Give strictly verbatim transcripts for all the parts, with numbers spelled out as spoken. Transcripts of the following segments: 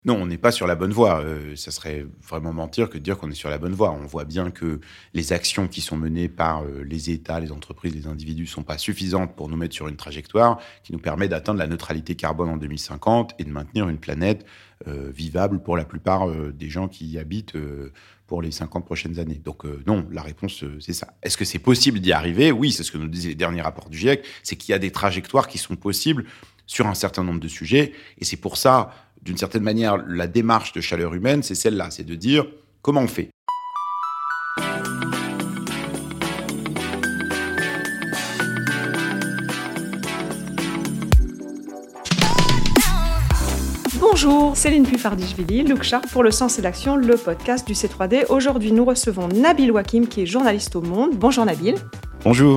Non, on n'est pas sur la bonne voie. Euh, ça serait vraiment mentir que de dire qu'on est sur la bonne voie. On voit bien que les actions qui sont menées par euh, les États, les entreprises, les individus ne sont pas suffisantes pour nous mettre sur une trajectoire qui nous permet d'atteindre la neutralité carbone en deux mille cinquante et de maintenir une planète euh, vivable pour la plupart euh, des gens qui y habitent euh, pour les cinquante prochaines années. Donc euh, non, la réponse, euh, c'est ça. Est-ce que c'est possible d'y arriver ? Oui, c'est ce que nous disaient les derniers rapports du GIEC, c'est qu'il y a des trajectoires qui sont possibles sur un certain nombre de sujets. Et c'est pour ça, d'une certaine manière, la démarche de Chaleur Humaine, c'est celle-là, c'est de dire comment on fait. Bonjour, Céline Puffardichvili, Look Sharp pour le Sens et l'Action, le podcast du C trois D. Aujourd'hui, nous recevons Nabil Wakim, qui est journaliste au Monde. Bonjour Nabil. Bonjour.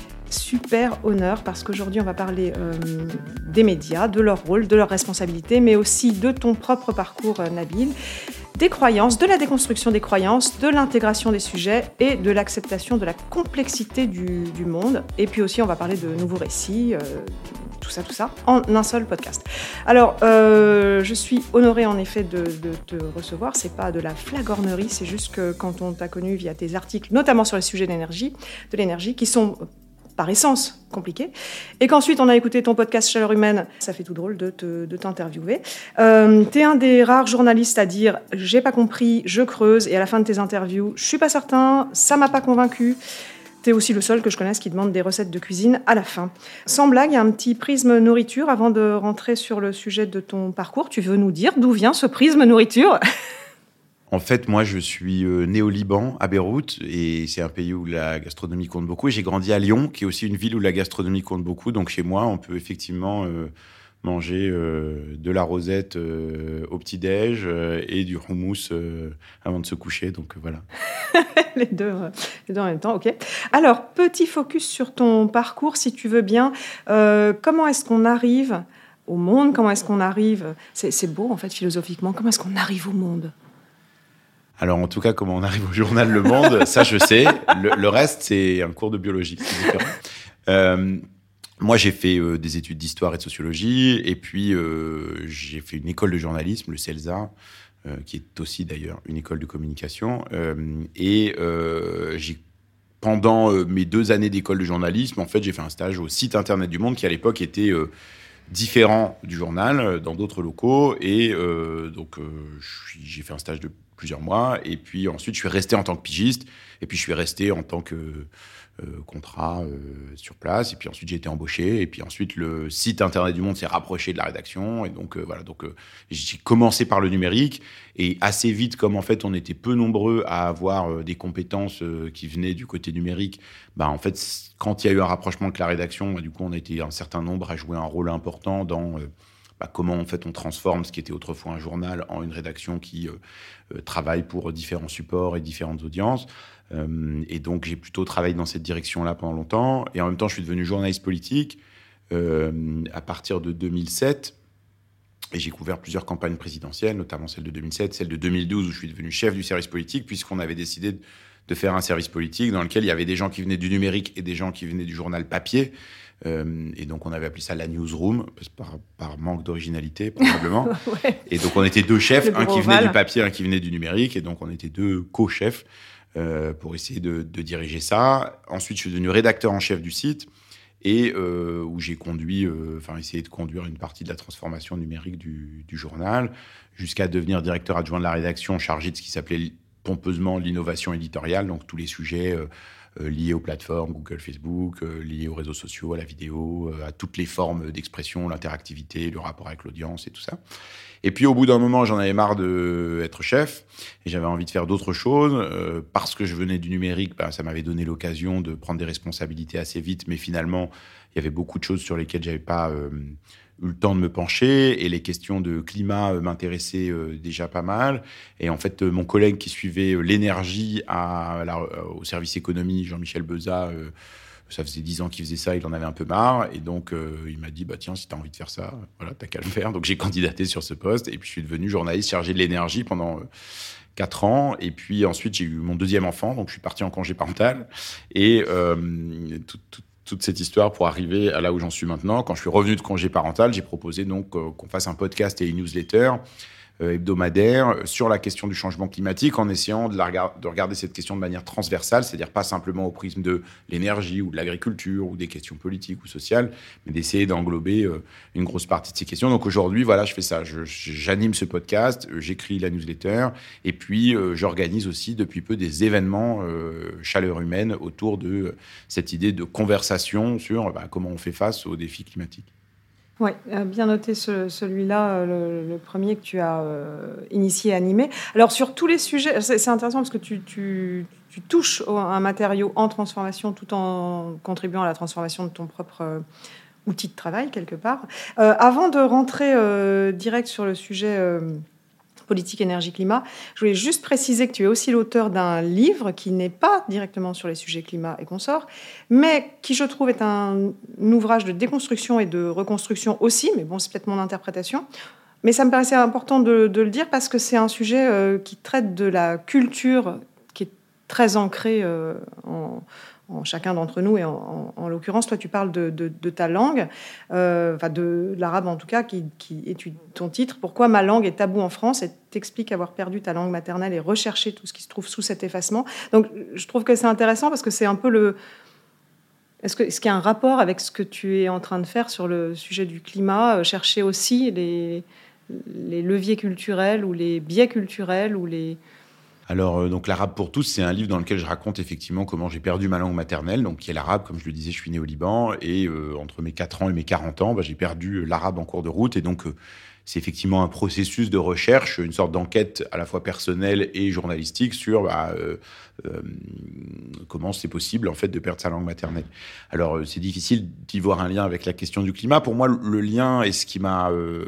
Super honneur, parce qu'aujourd'hui, on va parler euh, des médias, de leur rôle, de leurs responsabilités, mais aussi de ton propre parcours, euh, Nabil, des croyances, de la déconstruction des croyances, de l'intégration des sujets et de l'acceptation de la complexité du, du monde. Et puis aussi, on va parler de nouveaux récits, euh, tout ça, tout ça, en un seul podcast. Alors, euh, je suis honorée en effet de, de te recevoir. C'est pas de la flagornerie, c'est juste que quand on t'a connu via tes articles, notamment sur les sujets d'énergie, de l'énergie, qui sont par essence compliqués, et qu'ensuite on a écouté ton podcast Chaleur Humaine, ça fait tout drôle de, te, de t'interviewer. Euh, t'es un des rares journalistes à dire « j'ai pas compris, je creuse », et à la fin de tes interviews « je suis pas certain, ça m'a pas convaincu ». T'es aussi le seul que je connaisse qui demande des recettes de cuisine à la fin. Sans blague, il y a un petit prisme nourriture avant de rentrer sur le sujet de ton parcours. Tu veux nous dire d'où vient ce prisme nourriture ? En fait, moi, je suis euh, né au Liban, à Beyrouth, et c'est un pays où la gastronomie compte beaucoup. Et j'ai grandi à Lyon, qui est aussi une ville où la gastronomie compte beaucoup. Donc, chez moi, on peut effectivement euh, manger euh, de la rosette euh, au petit-déj euh, et du houmous euh, avant de se coucher. Donc, euh, voilà. les, deux, euh, les deux en même temps, ok. Alors, petit focus sur ton parcours, si tu veux bien. Euh, comment est-ce qu'on arrive au monde ? Comment est-ce qu'on arrive... C'est, c'est beau, en fait, philosophiquement. Comment est-ce qu'on arrive au monde ? Alors, en tout cas, comment on arrive au journal Le Monde, ça, je sais. Le, le reste, c'est un cours de biologie, c'est différent. Euh, moi, j'ai fait euh, des études d'histoire et de sociologie, et puis euh, j'ai fait une école de journalisme, le CELSA, euh, qui est aussi, d'ailleurs, une école de communication. Euh, et euh, j'ai, pendant euh, mes deux années d'école de journalisme, en fait, j'ai fait un stage au site Internet du Monde, qui, à l'époque, était... Euh, différent du journal, dans d'autres locaux. Et euh, donc, euh, je suis, j'ai fait un stage de plusieurs mois. Et puis ensuite, je suis resté en tant que pigiste. Et puis, je suis resté en tant que euh, contrat euh, sur place. Et puis ensuite, j'ai été embauché. Et puis ensuite, le site Internet du Monde s'est rapproché de la rédaction. Et donc, euh, voilà. Donc, euh, j'ai commencé par le numérique. Et assez vite, comme en fait, on était peu nombreux à avoir euh, des compétences euh, qui venaient du côté numérique, bah, en fait, quand il y a eu un rapprochement avec la rédaction, bah, du coup, on a été un certain nombre à jouer un rôle important dans euh, bah, comment en fait, on transforme ce qui était autrefois un journal en une rédaction qui euh, euh, travaille pour différents supports et différentes audiences. Euh, et donc, j'ai plutôt travaillé dans cette direction-là pendant longtemps. Et en même temps, je suis devenu journaliste politique euh, à partir de deux mille sept. Et j'ai couvert plusieurs campagnes présidentielles, notamment celle de deux mille sept, celle de deux mille douze, où je suis devenu chef du service politique, puisqu'on avait décidé de, de faire un service politique dans lequel il y avait des gens qui venaient du numérique et des gens qui venaient du journal papier. Euh, et donc, on avait appelé ça la newsroom, par, par manque d'originalité, probablement. Ouais. Et donc, on était deux chefs, un qui venait du papier, un qui venait du numérique. Et donc, on était deux co-chefs euh, pour essayer de, de diriger ça. Ensuite, je suis devenu rédacteur en chef du site. Et euh, où j'ai conduit, euh, enfin essayé de conduire une partie de la transformation numérique du, du journal, jusqu'à devenir directeur adjoint de la rédaction, chargé de ce qui s'appelait pompeusement l'innovation éditoriale, donc tous les sujets euh, euh, liés aux plateformes, Google, Facebook, euh, liés aux réseaux sociaux, à la vidéo, euh, à toutes les formes d'expression, l'interactivité, le rapport avec l'audience et tout ça. Et puis, au bout d'un moment, j'en avais marre d'être chef et j'avais envie de faire d'autres choses. Euh, parce que je venais du numérique, bah, ça m'avait donné l'occasion de prendre des responsabilités assez vite. Mais finalement, il y avait beaucoup de choses sur lesquelles je n'avais pas euh, eu le temps de me pencher. Et les questions de climat euh, m'intéressaient euh, déjà pas mal. Et en fait, euh, mon collègue qui suivait euh, l'énergie à, la, au service économie, Jean-Michel Beza, euh, ça faisait dix ans qu'il faisait ça, il en avait un peu marre. Et donc, euh, il m'a dit, bah, tiens, si tu as envie de faire ça, voilà, t'as qu'à le faire. Donc, j'ai candidaté sur ce poste. Et puis, je suis devenu journaliste chargé de l'énergie pendant euh, quatre ans. Et puis, ensuite, j'ai eu mon deuxième enfant. Donc, je suis parti en congé parental. Et euh, tout, tout, toute cette histoire pour arriver à là où j'en suis maintenant. Quand je suis revenu de congé parental, j'ai proposé donc euh, qu'on fasse un podcast et une newsletter euh, hebdomadaire sur la question du changement climatique, en essayant de, la regard- de regarder cette question de manière transversale, c'est-à-dire pas simplement au prisme de l'énergie ou de l'agriculture ou des questions politiques ou sociales, mais d'essayer d'englober euh, une grosse partie de ces questions. Donc aujourd'hui, voilà, je fais ça. Je, j'anime ce podcast, euh, j'écris la newsletter, et puis euh, j'organise aussi depuis peu des événements euh, chaleur humaine autour de euh, cette idée de conversation sur bah, comment on fait face aux défis climatiques. Oui, bien noté ce, celui-là, le, le premier que tu as euh, initié, animé. Alors sur tous les sujets, c'est, c'est intéressant parce que tu, tu, tu touches à un matériau en transformation tout en contribuant à la transformation de ton propre euh, outil de travail quelque part. Euh, avant de rentrer euh, direct sur le sujet euh, politique, énergie, climat, je voulais juste préciser que tu es aussi l'auteur d'un livre qui n'est pas directement sur les sujets climat et consorts, mais qui, je trouve, est un, un ouvrage de déconstruction et de reconstruction aussi, mais bon, c'est peut-être mon interprétation. Mais ça me paraissait important de, de le dire parce que c'est un sujet euh, qui traite de la culture qui est très ancrée euh, en... en chacun d'entre nous, et en, en, en l'occurrence, toi, tu parles de, de, de ta langue, euh, enfin de l'arabe en tout cas, qui, qui est ton titre. Pourquoi ma langue est taboue en France? Et t'expliques avoir perdu ta langue maternelle et recherché tout ce qui se trouve sous cet effacement. Donc, je trouve que c'est intéressant parce que c'est un peu le... Est-ce, que, est-ce qu'il y a un rapport avec ce que tu es en train de faire sur le sujet du climat, euh, chercher aussi les, les leviers culturels ou les biais culturels ou les... Alors, euh, donc, l'Arabe pour tous, c'est un livre dans lequel je raconte effectivement comment j'ai perdu ma langue maternelle, donc qui est l'arabe. Comme je le disais, je suis né au Liban, et euh, entre mes quatre ans et mes quarante ans, bah, j'ai perdu l'arabe en cours de route. Et donc, euh, c'est effectivement un processus de recherche, une sorte d'enquête à la fois personnelle et journalistique sur bah, euh, euh, comment c'est possible en fait de perdre sa langue maternelle. Alors, euh, c'est difficile d'y voir un lien avec la question du climat. Pour moi, le lien est ce qui m'a... Euh,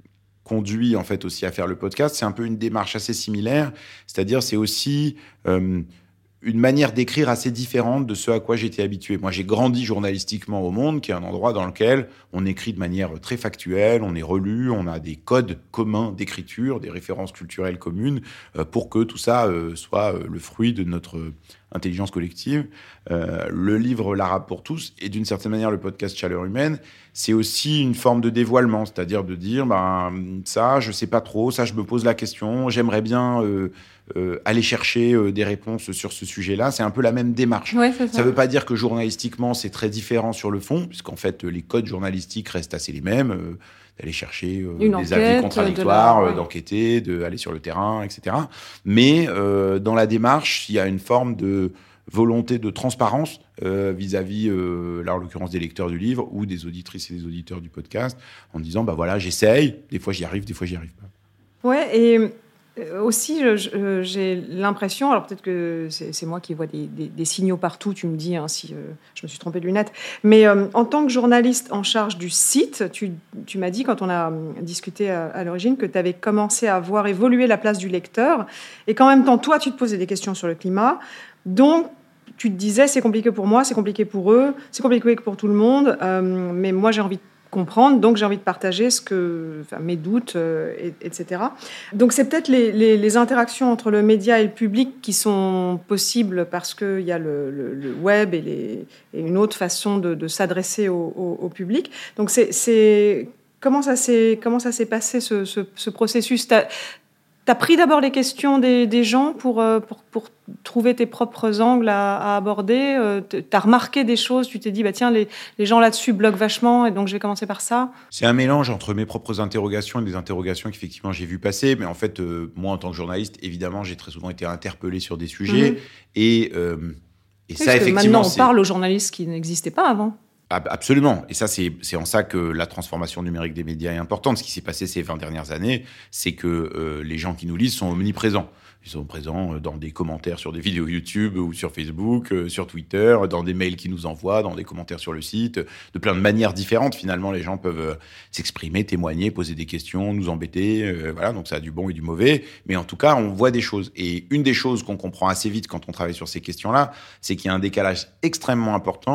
conduit en fait aussi à faire le podcast, c'est un peu une démarche assez similaire, c'est-à-dire c'est aussi euh, une manière d'écrire assez différente de ce à quoi j'étais habitué. Moi, j'ai grandi journalistiquement au Monde, qui est un endroit dans lequel on écrit de manière très factuelle, on est relu, on a des codes communs d'écriture, des références culturelles communes, euh, pour que tout ça euh, soit euh, le fruit de notre intelligence collective. Euh, le livre L'Arabe pour tous, et d'une certaine manière le podcast Chaleur humaine, c'est aussi une forme de dévoilement, c'est-à-dire de dire ben, ça, je sais pas trop, ça, je me pose la question, j'aimerais bien euh, euh, aller chercher euh, des réponses sur ce sujet-là. C'est un peu la même démarche. Ouais, ça ne veut pas dire que journalistiquement, c'est très différent sur le fond, puisqu'en fait, les codes journalistiques restent assez les mêmes, euh, d'aller chercher euh, des enquête, avis contradictoires, de la... euh, d'enquêter, d'aller sur le terrain, et cetera. Mais euh, dans la démarche, il y a une forme de volonté de transparence euh, vis-à-vis, euh, là en l'occurrence des lecteurs du livre ou des auditrices et des auditeurs du podcast, en disant bah voilà, j'essaye, des fois j'y arrive, des fois j'y arrive pas. Ouais, et aussi je, je, j'ai l'impression, alors peut-être que c'est, c'est moi qui vois des, des, des signaux partout, tu me dis hein, si euh, je me suis trompée de lunettes, mais euh, en tant que journaliste en charge du site, tu, tu m'as dit quand on a discuté à, à l'origine que tu avais commencé à voir évoluer la place du lecteur, et qu'en même temps toi tu te posais des questions sur le climat, donc tu te disais c'est compliqué pour moi, c'est compliqué pour eux, c'est compliqué pour tout le monde, euh, mais moi j'ai envie de comprendre, donc j'ai envie de partager ce que, enfin, mes doutes, euh, et, etc. Donc c'est peut-être les, les, les interactions entre le média et le public qui sont possibles parce qu'il y a le, le, le web et, les, et une autre façon de, de s'adresser au, au, au public. Donc c'est, c'est comment ça s'est comment ça s'est passé ce, ce, ce processus? T'as, T'as pris d'abord les questions des, des gens pour, pour, pour trouver tes propres angles à, à aborder. T'as remarqué des choses, tu t'es dit, bah tiens, les, les gens là-dessus bloquent vachement, et donc je vais commencer par ça. C'est un mélange entre mes propres interrogations et des interrogations qu'effectivement j'ai vu passer. Mais en fait, euh, moi, en tant que journaliste, évidemment, j'ai très souvent été interpellé sur des sujets. Mmh. Et, euh, et oui, ça, parce effectivement... Que maintenant, on c'est... parle aux journalistes qui n'existaient pas avant. Absolument. Et ça, c'est, c'est en ça que la transformation numérique des médias est importante. Ce qui s'est passé ces vingt dernières années, c'est que euh, les gens qui nous lisent sont omniprésents. Ils sont présents dans des commentaires sur des vidéos YouTube ou sur Facebook, euh, sur Twitter, dans des mails qu'ils nous envoient, dans des commentaires sur le site, de plein de manières différentes. Finalement, les gens peuvent euh, s'exprimer, témoigner, poser des questions, nous embêter. Euh, voilà, donc ça a du bon et du mauvais. Mais en tout cas, on voit des choses. Et une des choses qu'on comprend assez vite quand on travaille sur ces questions-là, c'est qu'il y a un décalage extrêmement important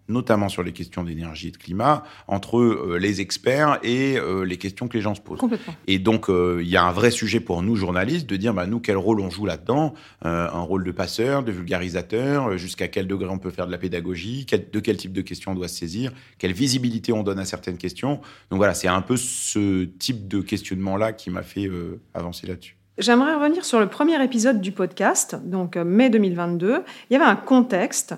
notamment sur les questions d'énergie et de climat, entre euh, les experts et euh, les questions que les gens se posent. Complètement. Et donc, il euh, y a un vrai sujet pour nous, journalistes, de dire, bah, nous, quel rôle on joue là-dedans, euh, un rôle de passeur, de vulgarisateur, jusqu'à quel degré on peut faire de la pédagogie, quel, de quel type de questions on doit se saisir, quelle visibilité on donne à certaines questions. Donc voilà, c'est un peu ce type de questionnement-là qui m'a fait euh, avancer là-dessus. J'aimerais revenir sur le premier épisode du podcast, donc mai deux mille vingt-deux. Il y avait un contexte.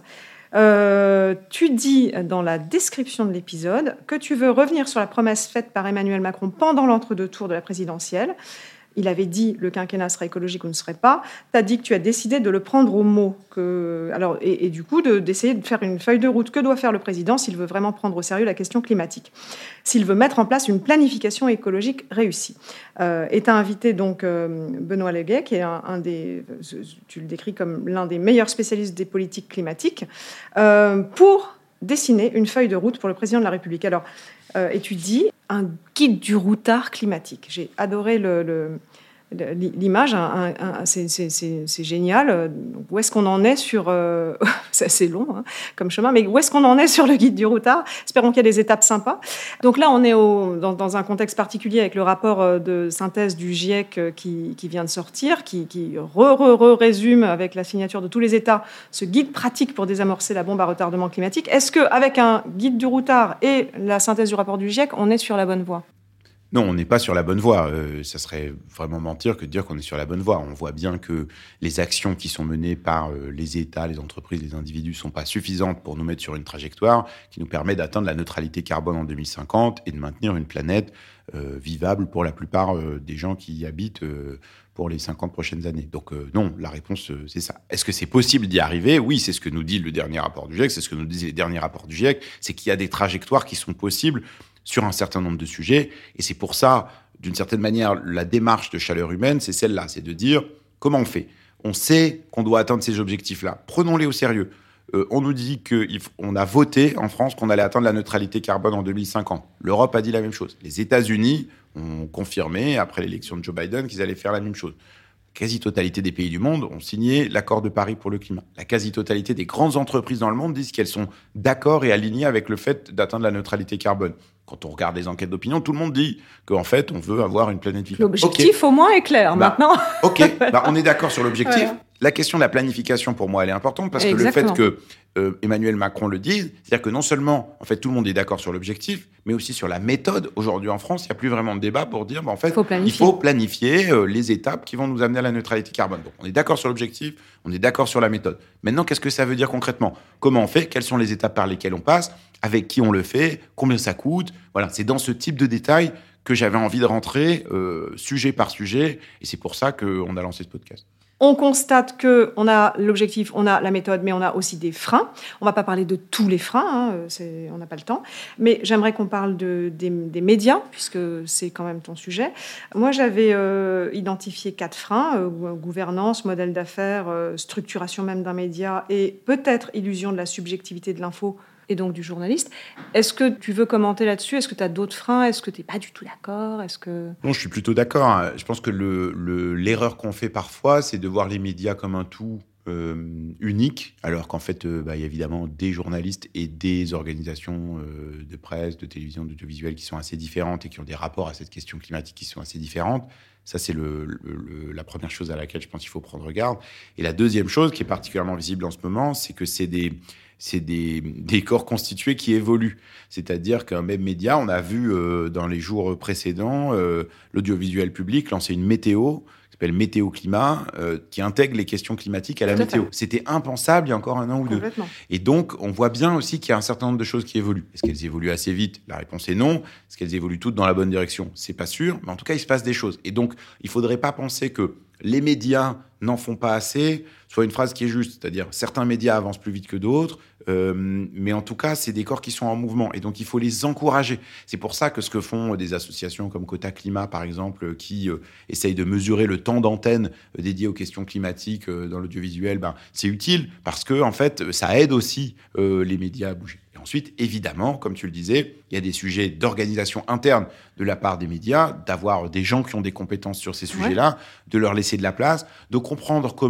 Euh, tu dis dans la description de l'épisode que tu veux revenir sur la promesse faite par Emmanuel Macron pendant l'entre-deux tours de la présidentielle. Il avait dit le quinquennat serait écologique ou ne serait pas. Tu as dit que tu as décidé de le prendre au mot. Que, alors, et, et du coup, de, d'essayer de faire une feuille de route. Que doit faire le président s'il veut vraiment prendre au sérieux la question climatique ? S'il veut mettre en place une planification écologique réussie. Euh, et tu as invité donc euh, Benoît Leguet, qui est un, un des, tu le décris comme l'un des meilleurs spécialistes des politiques climatiques, euh, pour dessiner une feuille de route pour le président de la République. Alors, euh, et tu dis un guide du routard climatique. J'ai adoré le, le, l'image, un, un, un, c'est, c'est, c'est, c'est génial. Où est-ce qu'on en est sur... Euh, c'est assez long hein, comme chemin, mais où est-ce qu'on en est sur le guide du routard ? Espérons qu'il y a des étapes sympas. Donc là, on est au, dans, dans un contexte particulier avec le rapport de synthèse du GIEC qui, qui vient de sortir, qui, qui re, re, re, résume avec la signature de tous les États ce guide pratique pour désamorcer la bombe à retardement climatique. Est-ce qu'avec un guide du routard et la synthèse du rapport du GIEC, on est sur la bonne voie ? Non, on n'est pas sur la bonne voie. Euh, ça serait vraiment mentir que de dire qu'on est sur la bonne voie. On voit bien que les actions qui sont menées par euh, les États, les entreprises, les individus ne sont pas suffisantes pour nous mettre sur une trajectoire qui nous permet d'atteindre la neutralité carbone en deux mille cinquante et de maintenir une planète euh, vivable pour la plupart euh, des gens qui y habitent euh, pour les cinquante prochaines années. Donc euh, non, la réponse, euh, c'est ça. Est-ce que c'est possible d'y arriver ? Oui, c'est ce que nous dit le dernier rapport du GIEC, c'est ce que nous disent les derniers rapports du GIEC, c'est qu'il y a des trajectoires qui sont possibles sur un certain nombre de sujets. Et c'est pour ça, d'une certaine manière, la démarche de Chaleur Humaine, c'est celle-là. C'est de dire, comment on fait ? On sait qu'on doit atteindre ces objectifs-là. Prenons-les au sérieux. Euh, on nous dit qu'on a voté en France qu'on allait atteindre la neutralité carbone en deux mille cinquante. L'Europe a dit la même chose. Les États-Unis ont confirmé, après l'élection de Joe Biden, qu'ils allaient faire la même chose. La quasi-totalité des pays du monde ont signé l'accord de Paris pour le climat. La quasi-totalité des grandes entreprises dans le monde disent qu'elles sont d'accord et alignées avec le fait d'atteindre la neutralité carbone. Quand on regarde les enquêtes d'opinion, tout le monde dit qu'en fait, on veut avoir une planète vivante. L'objectif, okay. Au moins, est clair, bah, maintenant. OK, bah, on est d'accord sur l'objectif. Ouais. La question de la planification, pour moi, elle est importante parce Exactement. que le fait que euh, Emmanuel Macron le dise, c'est-à-dire que non seulement, en fait, tout le monde est d'accord sur l'objectif, mais aussi sur la méthode. Aujourd'hui, en France, il n'y a plus vraiment de débat pour dire, bah, en fait, faut il faut planifier euh, les étapes qui vont nous amener à la neutralité carbone. Donc, on est d'accord sur l'objectif, on est d'accord sur la méthode. Maintenant, qu'est-ce que ça veut dire concrètement ? Comment on fait ? Quelles sont les étapes par lesquelles on passe ? Avec qui on le fait ? Combien ça coûte ? Voilà, c'est dans ce type de détails que j'avais envie de rentrer euh, sujet par sujet, et c'est pour ça qu'on a lancé ce podcast. On constate qu'on a l'objectif, on a la méthode, mais on a aussi des freins. On ne va pas parler de tous les freins, hein, c'est, on n'a pas le temps. Mais j'aimerais qu'on parle de, des, des médias, puisque c'est quand même ton sujet. Moi, j'avais euh, identifié quatre freins, euh, gouvernance, modèle d'affaires, euh, structuration même d'un média, et peut-être illusion de la subjectivité de l'info, et donc du journaliste. Est-ce que tu veux commenter là-dessus ? Est-ce que tu as d'autres freins ? Est-ce que tu n'es pas du tout d'accord ? Est-ce que... Non, je suis plutôt d'accord. Je pense que le, le, l'erreur qu'on fait parfois, c'est de voir les médias comme un tout euh, unique, alors qu'en fait, euh, bah, il y a évidemment des journalistes et des organisations euh, de presse, de télévision, d'audiovisuel qui sont assez différentes et qui ont des rapports à cette question climatique qui sont assez différentes. Ça, c'est le, le, le, la première chose à laquelle je pense qu'il faut prendre garde. Et la deuxième chose qui est particulièrement visible en ce moment, c'est que c'est des... c'est des, des corps constitués qui évoluent. C'est-à-dire qu'un même média, on a vu euh, dans les jours précédents euh, l'audiovisuel public lancer une météo, qui s'appelle Météo Climat, euh, qui intègre les questions climatiques à la Tout météo. À C'était impensable il y a encore un an ou deux. Et donc, on voit bien aussi qu'il y a un certain nombre de choses qui évoluent. Est-ce qu'elles évoluent assez vite ? La réponse est non. Est-ce qu'elles évoluent toutes dans la bonne direction ? C'est pas sûr. Mais en tout cas, il se passe des choses. Et donc, il faudrait pas penser que les médias n'en font pas assez, soit une phrase qui est juste, c'est-à-dire certains médias avancent plus vite que d'autres, euh, mais en tout cas, c'est des corps qui sont en mouvement, et donc il faut les encourager. C'est pour ça que ce que font des associations comme Quota Climat, par exemple, qui euh, essayent de mesurer le temps d'antenne euh, dédié aux questions climatiques euh, dans l'audiovisuel, ben, c'est utile, parce que en fait, ça aide aussi euh, les médias à bouger. Et ensuite, évidemment, comme tu le disais, il y a des sujets d'organisation interne de la part des médias, d'avoir des gens qui ont des compétences sur ces sujets-là, ouais. de leur laisser de la place, de comprendre comment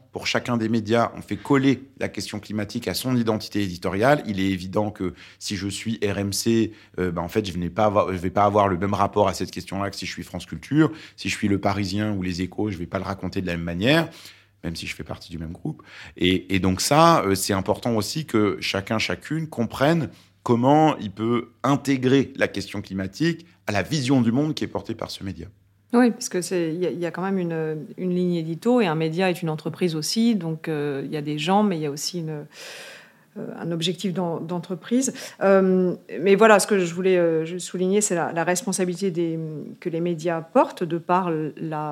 pour chacun des médias, on fait coller la question climatique à son identité éditoriale, il est évident que si je suis R M C, euh, ben en fait, je ne vais pas avoir, je vais pas avoir le même rapport à cette question-là que si je suis France Culture. Si je suis Le Parisien ou Les Échos, je ne vais pas le raconter de la même manière, même si je fais partie du même groupe. Et, et donc ça, euh, c'est important aussi que chacun, chacune comprenne comment il peut intégrer la question climatique à la vision du monde qui est portée par ce média. Oui, parce que c'est il y, y a quand même une, une ligne édito et un média est une entreprise aussi, donc euh, il y a des gens, mais il y a aussi une, euh, un objectif d'en, d'entreprise. Euh, mais voilà, ce que je voulais euh, souligner, c'est la, la responsabilité des, que les médias portent de par la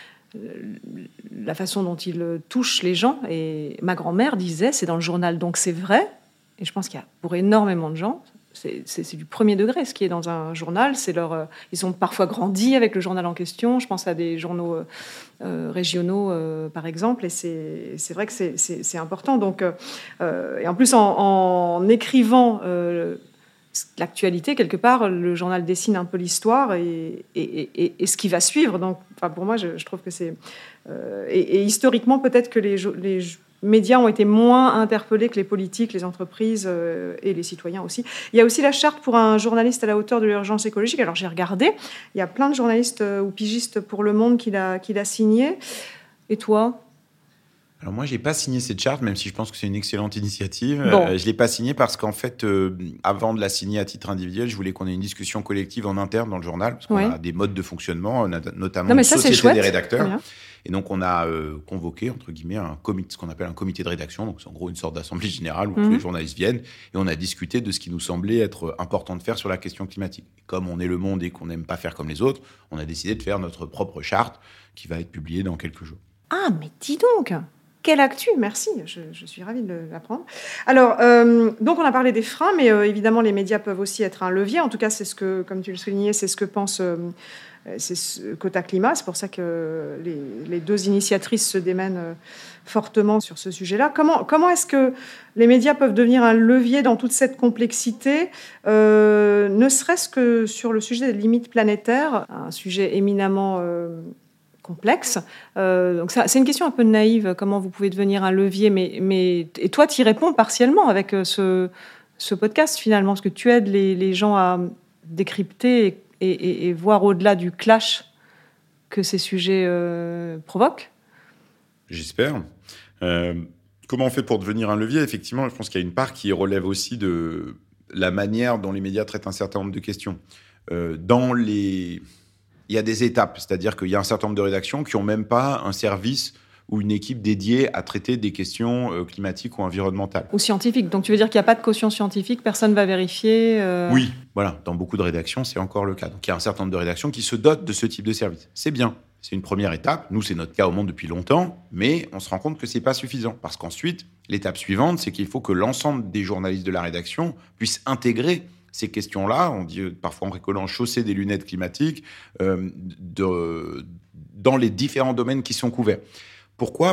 la façon dont ils touchent les gens. Et ma grand-mère disait, c'est dans le journal, donc c'est vrai. Et je pense qu'il y a pour énormément de gens. C'est, c'est, c'est du premier degré, ce qui est dans un journal. C'est leur, euh, ils ont parfois grandi avec le journal en question. Je pense à des journaux euh, régionaux, euh, par exemple. Et c'est, c'est vrai que c'est, c'est, c'est important. Donc, euh, et en plus, en, en écrivant euh, l'actualité, quelque part, le journal dessine un peu l'histoire et, et, et, et ce qui va suivre. Donc, enfin, pour moi, je, je trouve que c'est... Euh, et, et historiquement, peut-être que les... les médias ont été moins interpellés que les politiques, les entreprises euh, et les citoyens aussi. Il y a aussi la charte pour un journaliste à la hauteur de l'urgence écologique. Alors j'ai regardé, il y a plein de journalistes euh, ou pigistes pour Le Monde qui l'a, qui l'a signé. Et toi ? Alors moi, je n'ai pas signé cette charte, même si je pense que c'est une excellente initiative. Bon. Euh, je ne l'ai pas signée parce qu'en fait, euh, avant de la signer à titre individuel, je voulais qu'on ait une discussion collective en interne dans le journal, parce qu'on oui. a des modes de fonctionnement, on a notamment non, mais une ça, société c'est chouette. des rédacteurs. Et donc, on a euh, convoqué, entre guillemets, un comité, ce qu'on appelle un comité de rédaction. Donc, c'est en gros une sorte d'assemblée générale où mmh. tous les journalistes viennent. Et on a discuté de ce qui nous semblait être important de faire sur la question climatique. Et comme on est Le Monde et qu'on n'aime pas faire comme les autres, on a décidé de faire notre propre charte qui va être publiée dans quelques jours. Ah, mais dis donc! Quelle actu, merci, je, je suis ravie de l'apprendre. Alors, euh, donc on a parlé des freins, mais euh, évidemment les médias peuvent aussi être un levier. En tout cas, c'est ce que, comme tu le soulignais, c'est ce que pense euh, c'est ce, Quota Climat. C'est pour ça que les, les deux initiatrices se démènent euh, fortement sur ce sujet-là. Comment, comment est-ce que les médias peuvent devenir un levier dans toute cette complexité, euh, ne serait-ce que sur le sujet des limites planétaires, un sujet éminemment... Euh, complexe. Euh, donc ça, c'est une question un peu naïve, comment vous pouvez devenir un levier, mais, mais et toi, tu y réponds partiellement avec ce, ce podcast, finalement, parce que tu aides les, les gens à décrypter et, et, et voir au-delà du clash que ces sujets euh, provoquent. J'espère. Euh, comment on fait pour devenir un levier ? Effectivement, je pense qu'il y a une part qui relève aussi de la manière dont les médias traitent un certain nombre de questions. Euh, dans les... Il y a des étapes, c'est-à-dire qu'il y a un certain nombre de rédactions qui n'ont même pas un service ou une équipe dédiée à traiter des questions euh, climatiques ou environnementales. Ou scientifiques. Donc tu veux dire qu'il n'y a pas de caution scientifique, personne ne va vérifier euh... Oui, voilà. Dans beaucoup de rédactions, c'est encore le cas. Donc il y a un certain nombre de rédactions qui se dotent de ce type de service. C'est bien, c'est une première étape. Nous, c'est notre cas au Monde depuis longtemps, mais on se rend compte que ce n'est pas suffisant. Parce qu'ensuite, l'étape suivante, c'est qu'il faut que l'ensemble des journalistes de la rédaction puissent intégrer ces questions-là, on dit parfois en rigolant, chausser des lunettes climatiques euh, de, dans les différents domaines qui sont couverts. Pourquoi ?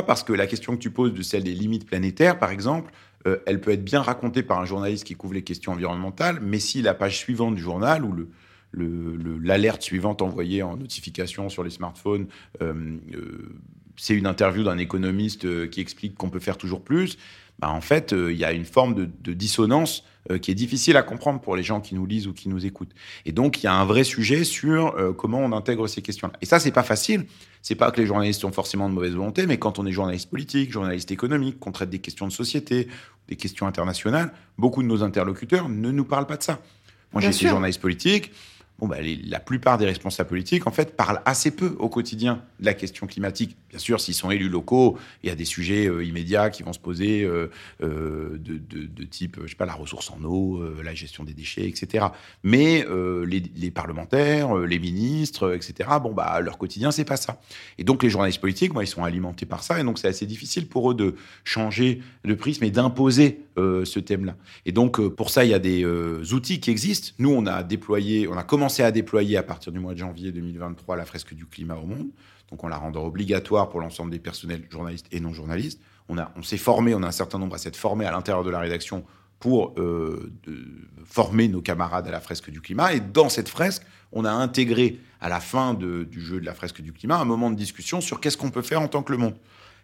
Parce que la question que tu poses de celle des limites planétaires, par exemple, euh, elle peut être bien racontée par un journaliste qui couvre les questions environnementales, mais si la page suivante du journal ou le, le, le, l'alerte suivante envoyée en notification sur les smartphones, euh, euh, c'est une interview d'un économiste euh, qui explique qu'on peut faire toujours plus, bah, en fait, il euh, y a une forme de, de dissonance euh, qui est difficile à comprendre pour les gens qui nous lisent ou qui nous écoutent. Et donc, il y a un vrai sujet sur euh, comment on intègre ces questions-là. Et ça, c'est pas facile. C'est pas que les journalistes ont forcément de mauvaise volonté, mais quand on est journaliste politique, journaliste économique, qu'on traite des questions de société, des questions internationales, beaucoup de nos interlocuteurs ne nous parlent pas de ça. Moi, Bien j'ai sûr. été journaliste politique. Bon, bah, les, la plupart des responsables politiques, en fait, parlent assez peu au quotidien de la question climatique. Bien sûr, s'ils sont élus locaux, il y a des sujets euh, immédiats qui vont se poser euh, euh, de, de, de type, je sais pas, la ressource en eau, euh, la gestion des déchets, et cetera. Mais euh, les, les parlementaires, euh, les ministres, euh, et cetera, bon, bah, leur quotidien, c'est pas ça. Et donc, les journalistes politiques, moi, ils sont alimentés par ça, et donc c'est assez difficile pour eux de changer de prisme et d'imposer euh, ce thème-là. Et donc, euh, pour ça, il y a des euh, outils qui existent. Nous, on a déployé, on a commencé à déployer à partir du mois de janvier deux mille vingt-trois la fresque du climat au monde. Donc, on la rend obligatoire pour l'ensemble des personnels journalistes et non journalistes. On, a, on s'est formé, on a un certain nombre à s'être formés à l'intérieur de la rédaction pour euh, de, former nos camarades à la fresque du climat. Et dans cette fresque, on a intégré à la fin de, du jeu de la fresque du climat un moment de discussion sur qu'est-ce qu'on peut faire en tant que Le Monde.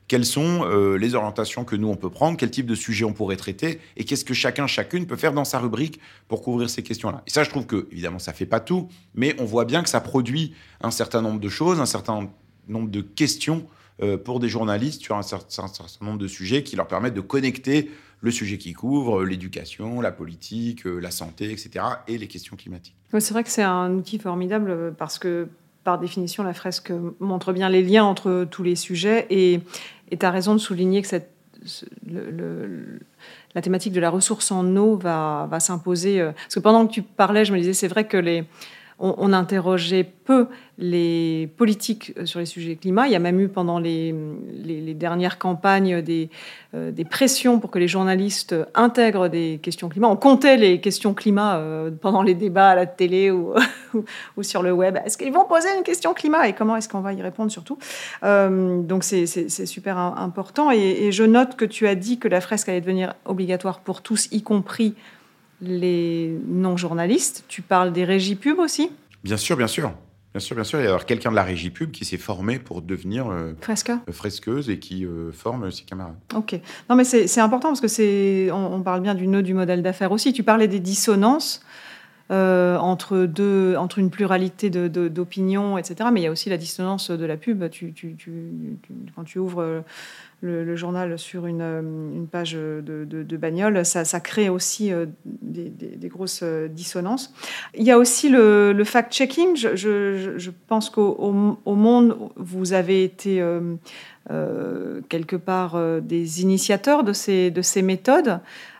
quelles sont euh, les orientations que nous, on peut prendre, quel type de sujet on pourrait traiter, et qu'est-ce que chacun, chacune peut faire dans sa rubrique pour couvrir ces questions-là. Et ça, je trouve que, évidemment, ça ne fait pas tout, mais on voit bien que ça produit un certain nombre de choses, un certain nombre de questions euh, pour des journalistes sur un certain, un certain nombre de sujets qui leur permettent de connecter le sujet qu'ils couvrent, l'éducation, la politique, euh, la santé, et cetera, et les questions climatiques. Ouais, c'est vrai que c'est un outil formidable parce que, par définition, la fresque montre bien les liens entre tous les sujets. Et tu as raison de souligner que cette, le, le, la thématique de la ressource en eau va, va s'imposer. Parce que pendant que tu parlais, je me disais, c'est vrai que les, on, on interrogeait peu les politiques sur les sujets climat. Il y a même eu pendant les, les, les dernières campagnes des, euh, des pressions pour que les journalistes intègrent des questions climat. On comptait les questions climat euh, pendant les débats à la télé ou, ou, ou sur le web. Est-ce qu'ils vont poser une question climat et comment est-ce qu'on va y répondre surtout euh, Donc c'est, c'est, c'est super important. Et, et je note que tu as dit que la fresque allait devenir obligatoire pour tous, y compris les non-journalistes. Tu parles des régies pub aussi ? Bien sûr, bien sûr. Bien sûr, bien sûr. Il y a alors quelqu'un de la régie pub qui s'est formé pour devenir euh, fresqueur. fresqueuse et qui euh, forme ses camarades. Ok. Non, mais c'est, c'est important parce que c'est, on, on parle bien du nœud du modèle d'affaires aussi. Tu parlais des dissonances euh, entre deux, entre une pluralité de, de, d'opinions, et cetera. Mais il y a aussi la dissonance de la pub. Tu, tu, tu, tu, quand tu ouvres le, le journal sur une, une page de, de, de bagnole, ça, ça crée aussi des, des, des grosses dissonances. Il y a aussi le, le fact-checking. Je, je, je pense qu'au au, au Monde, vous avez été euh, euh, quelque part euh, des initiateurs de ces, de ces méthodes.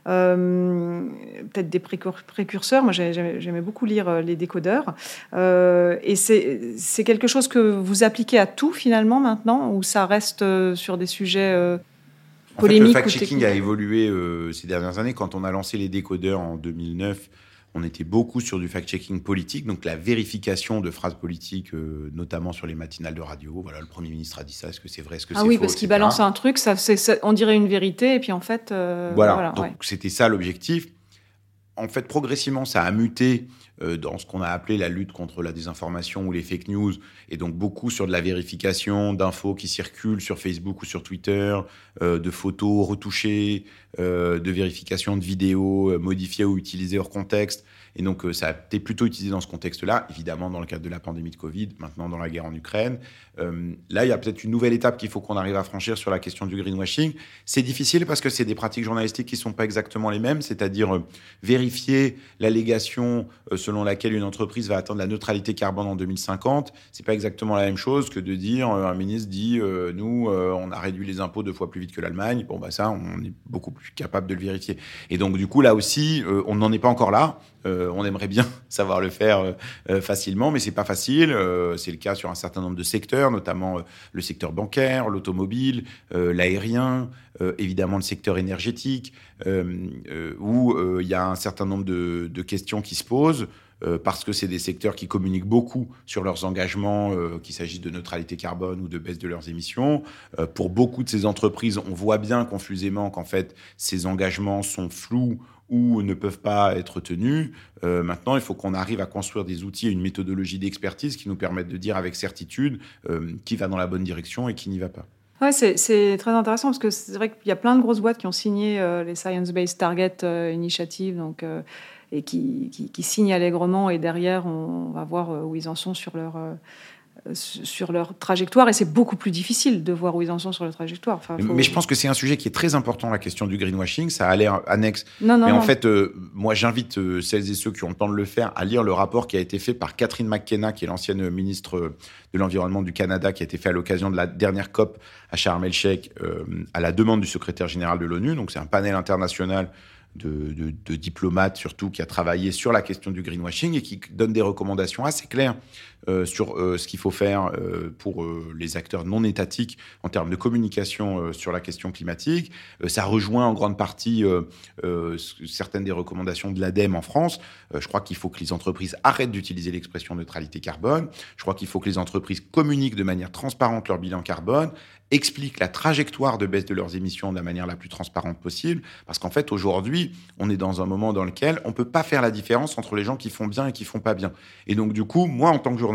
Euh, peut-être des précurseurs. Moi, j'aimais, j'aimais beaucoup lire les décodeurs. Euh, et c'est, c'est quelque chose que vous appliquez à tout, finalement, maintenant, ou ça reste sur des sujets euh, polémiques? En fait, le fact-checking a évolué euh, ces dernières années. Quand on a lancé les décodeurs en deux mille neuf, on était beaucoup sur du fact-checking politique, donc la vérification de phrases politiques, euh, notamment sur les matinales de radio. Voilà, le Premier ministre a dit ça, est-ce que c'est vrai, est-ce que ah c'est oui, faux, parce et cetera. qu'il balance un truc, ça, c'est, ça, on dirait une vérité, et puis en fait... Euh, voilà, voilà, donc ouais. C'était ça l'objectif. En fait, progressivement, ça a muté euh, dans ce qu'on a appelé la lutte contre la désinformation ou les fake news, et donc beaucoup sur de la vérification d'infos qui circulent sur Facebook ou sur Twitter, euh, de photos retouchées, euh, de vérification de vidéos euh, modifiées ou utilisées hors contexte. Et donc, euh, ça a été plutôt utilisé dans ce contexte-là, évidemment dans le cadre de la pandémie de Covid, maintenant dans la guerre en Ukraine. Euh, là, il y a peut-être une nouvelle étape qu'il faut qu'on arrive à franchir sur la question du greenwashing. C'est difficile parce que c'est des pratiques journalistiques qui ne sont pas exactement les mêmes, c'est-à-dire euh, vérifier l'allégation euh, selon laquelle une entreprise va atteindre la neutralité carbone en deux mille cinquante. Ce n'est pas exactement la même chose que de dire, euh, un ministre dit, euh, nous, euh, on a réduit les impôts deux fois plus vite que l'Allemagne. Bon, bah ça, on est beaucoup plus capable de le vérifier. Et donc, du coup, là aussi, euh, on n'en est pas encore là. Euh, on aimerait bien savoir le faire euh, facilement, mais c'est pas facile. Euh, c'est le cas sur un certain nombre de secteurs, notamment euh, le secteur bancaire, l'automobile, euh, l'aérien, euh, évidemment le secteur énergétique, euh, euh, où il euh, y a un certain nombre de, de questions qui se posent. Euh, parce que c'est des secteurs qui communiquent beaucoup sur leurs engagements, euh, qu'il s'agisse de neutralité carbone ou de baisse de leurs émissions. Euh, pour beaucoup de ces entreprises, on voit bien confusément qu'en fait, ces engagements sont flous ou ne peuvent pas être tenus. Euh, maintenant, il faut qu'on arrive à construire des outils et une méthodologie d'expertise qui nous permettent de dire avec certitude euh, qui va dans la bonne direction et qui n'y va pas. Ouais, c'est, c'est très intéressant parce que c'est vrai qu'il y a plein de grosses boîtes qui ont signé euh, les Science Based Target euh, Initiative, donc... Euh, et qui, qui, qui signent allègrement, et derrière, on va voir où ils en sont sur leur, euh, sur leur trajectoire, et c'est beaucoup plus difficile de voir où ils en sont sur leur trajectoire. Enfin, faut... Mais je pense que c'est un sujet qui est très important, la question du greenwashing, ça a l'air annexe. Non, non, mais en non. fait, euh, moi j'invite euh, celles et ceux qui ont le temps de le faire à lire le rapport qui a été fait par Catherine McKenna, qui est l'ancienne ministre de l'Environnement du Canada, qui a été fait à l'occasion de la dernière COP à Sharm el-Sheikh, euh, à la demande du secrétaire général de l'ONU. Donc c'est un panel international De, de, de diplomates surtout qui a travaillé sur la question du greenwashing et qui donne des recommandations assez claires euh, sur euh, ce qu'il faut faire euh, pour euh, les acteurs non étatiques en termes de communication euh, sur la question climatique. Euh, ça rejoint en grande partie euh, euh, certaines des recommandations de l'ADEME en France. Euh, je crois qu'il faut que les entreprises arrêtent d'utiliser l'expression neutralité carbone. Je crois qu'il faut que les entreprises communiquent de manière transparente leur bilan carbone, expliquent la trajectoire de baisse de leurs émissions de la manière la plus transparente possible. Parce qu'en fait, aujourd'hui, on est dans un moment dans lequel on ne peut pas faire la différence entre les gens qui font bien et qui ne font pas bien. Et donc, du coup, moi, en tant que journaliste,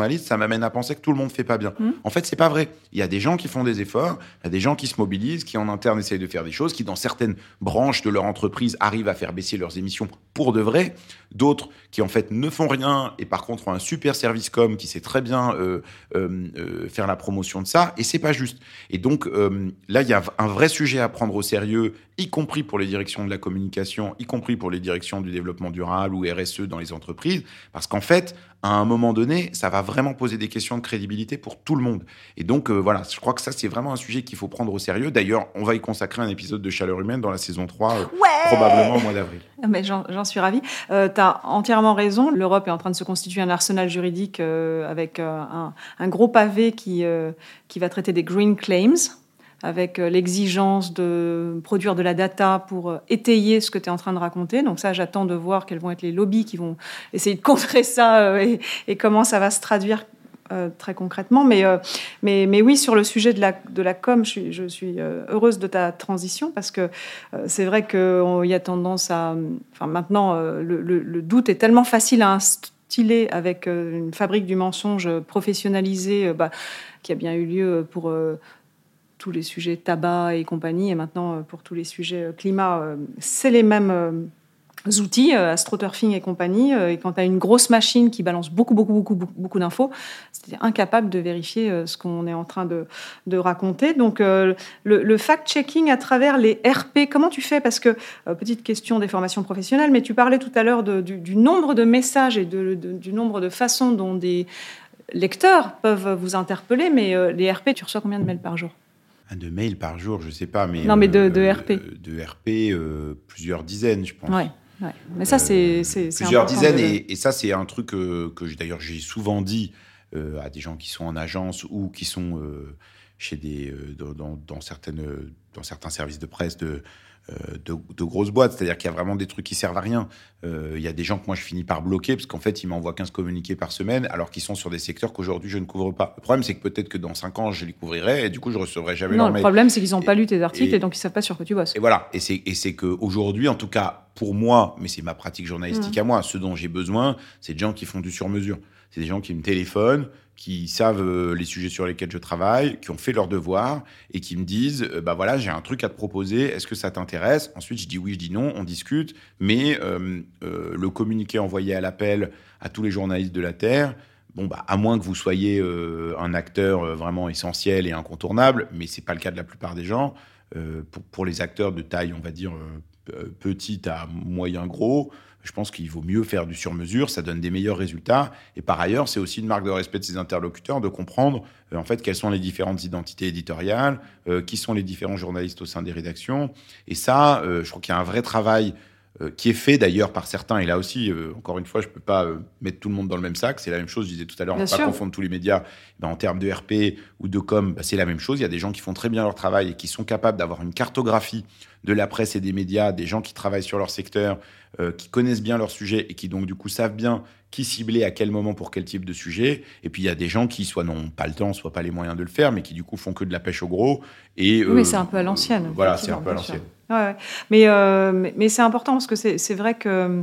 journaliste, ça m'amène à penser que tout le monde fait pas bien. Mmh. En fait, c'est pas vrai. Il y a des gens qui font des efforts, il y a des gens qui se mobilisent, qui en interne essayent de faire des choses, qui dans certaines branches de leur entreprise arrivent à faire baisser leurs émissions pour de vrai. D'autres qui en fait ne font rien et par contre ont un super service com qui sait très bien euh, euh, euh, faire la promotion de ça, et c'est pas juste. Et donc euh, là, il y a un vrai sujet à prendre au sérieux, y compris pour les directions de la communication, y compris pour les directions du développement durable ou R S E dans les entreprises, parce qu'en fait, à un moment donné, ça va vraiment poser des questions de crédibilité pour tout le monde. Et donc, euh, voilà, je crois que ça, c'est vraiment un sujet qu'il faut prendre au sérieux. D'ailleurs, on va y consacrer un épisode de Chaleur Humaine dans la saison trois, euh, ouais probablement au mois d'avril. Mais j'en, j'en suis ravie. Euh, tu as entièrement raison. L'Europe est en train de se constituer un arsenal juridique euh, avec euh, un, un gros pavé qui, euh, qui va traiter des green claims, avec l'exigence de produire de la data pour étayer ce que tu es en train de raconter. Donc ça, j'attends de voir quels vont être les lobbies qui vont essayer de contrer ça et, et comment ça va se traduire euh, très concrètement. Mais, euh, mais, mais oui, sur le sujet de la, de la com, je suis, je suis heureuse de ta transition parce que euh, c'est vrai qu'il y a tendance à... Enfin, maintenant, euh, le, le, le doute est tellement facile à instiller avec euh, une fabrique du mensonge professionnalisée euh, bah, qui a bien eu lieu pour... Euh, tous les sujets tabac et compagnie, et maintenant pour tous les sujets climat, c'est les mêmes outils, astroturfing et compagnie. Et quand tu as une grosse machine qui balance beaucoup, beaucoup, beaucoup, beaucoup, beaucoup d'infos, c'est incapable de vérifier ce qu'on est en train de, de raconter. Donc, euh, le, le fact-checking à travers les R P, comment tu fais ? Parce que, euh, petite question des formations professionnelles, mais tu parlais tout à l'heure de, du, du nombre de messages et de, de, du nombre de façons dont des lecteurs peuvent vous interpeller, mais euh, les R P, tu reçois combien de mails par jour ? De mails par jour, je ne sais pas, mais... Non, mais de, euh, de R P. De R P, euh, plusieurs dizaines, je pense. Ouais, ouais. Mais ça, c'est, c'est, c'est plusieurs dizaines, de... et, et ça, c'est un truc euh, que j'ai, d'ailleurs j'ai souvent dit euh, à des gens qui sont en agence ou qui sont euh, chez des, euh, dans, dans, certaines, dans certains services de presse de... De, de grosses boîtes, c'est-à-dire qu'il y a vraiment des trucs qui servent à rien. Euh, il y a des gens que moi je finis par bloquer parce qu'en fait ils m'envoient quinze communiqués par semaine alors qu'ils sont sur des secteurs qu'aujourd'hui je ne couvre pas. Le problème c'est que peut-être que dans cinq ans je les couvrirai et du coup je recevrai jamais leur mail. Non, le problème c'est qu'ils n'ont pas lu tes articles et, et, et donc ils ne savent pas sur quoi tu bosses. Et voilà, et c'est, et c'est qu'aujourd'hui en tout cas pour moi, mais c'est ma pratique journalistique mmh. à moi, ce dont j'ai besoin c'est de gens qui font du sur-mesure. C'est des gens qui me téléphonent, qui savent euh, les sujets sur lesquels je travaille, qui ont fait leurs devoirs et qui me disent euh, bah voilà, j'ai un truc à te proposer, est-ce que ça t'intéresse ? Ensuite, je dis oui, je dis non, on discute, mais euh, euh, le communiqué envoyé à l'appel à tous les journalistes de la Terre, bon, bah, à moins que vous soyez euh, un acteur euh, vraiment essentiel et incontournable, mais c'est pas le cas de la plupart des gens, euh, pour, pour les acteurs de taille, on va dire, euh, petite à moyen gros, je pense qu'il vaut mieux faire du sur-mesure, ça donne des meilleurs résultats. Et par ailleurs, c'est aussi une marque de respect de ses interlocuteurs de comprendre euh, en fait quelles sont les différentes identités éditoriales, euh, qui sont les différents journalistes au sein des rédactions. Et ça, euh, je crois qu'il y a un vrai travail euh, qui est fait d'ailleurs par certains. Et là aussi, euh, encore une fois, je ne peux pas euh, mettre tout le monde dans le même sac. C'est la même chose, je disais tout à l'heure, on ne peut pas confondre tous les médias. Ben, en termes de R P ou de com, ben, c'est la même chose. Il y a des gens qui font très bien leur travail et qui sont capables d'avoir une cartographie de la presse et des médias, des gens qui travaillent sur leur secteur, euh, qui connaissent bien leur sujet et qui donc du coup savent bien qui cibler à quel moment pour quel type de sujet. Et puis il y a des gens qui soit n'ont pas le temps, soit pas les moyens de le faire, mais qui du coup font que de la pêche au gros. Et, euh, oui, mais c'est un peu à l'ancienne. Euh, voilà, c'est un peu à l'ancienne. Ouais, ouais. Mais, euh, mais, mais c'est important parce que c'est, c'est vrai que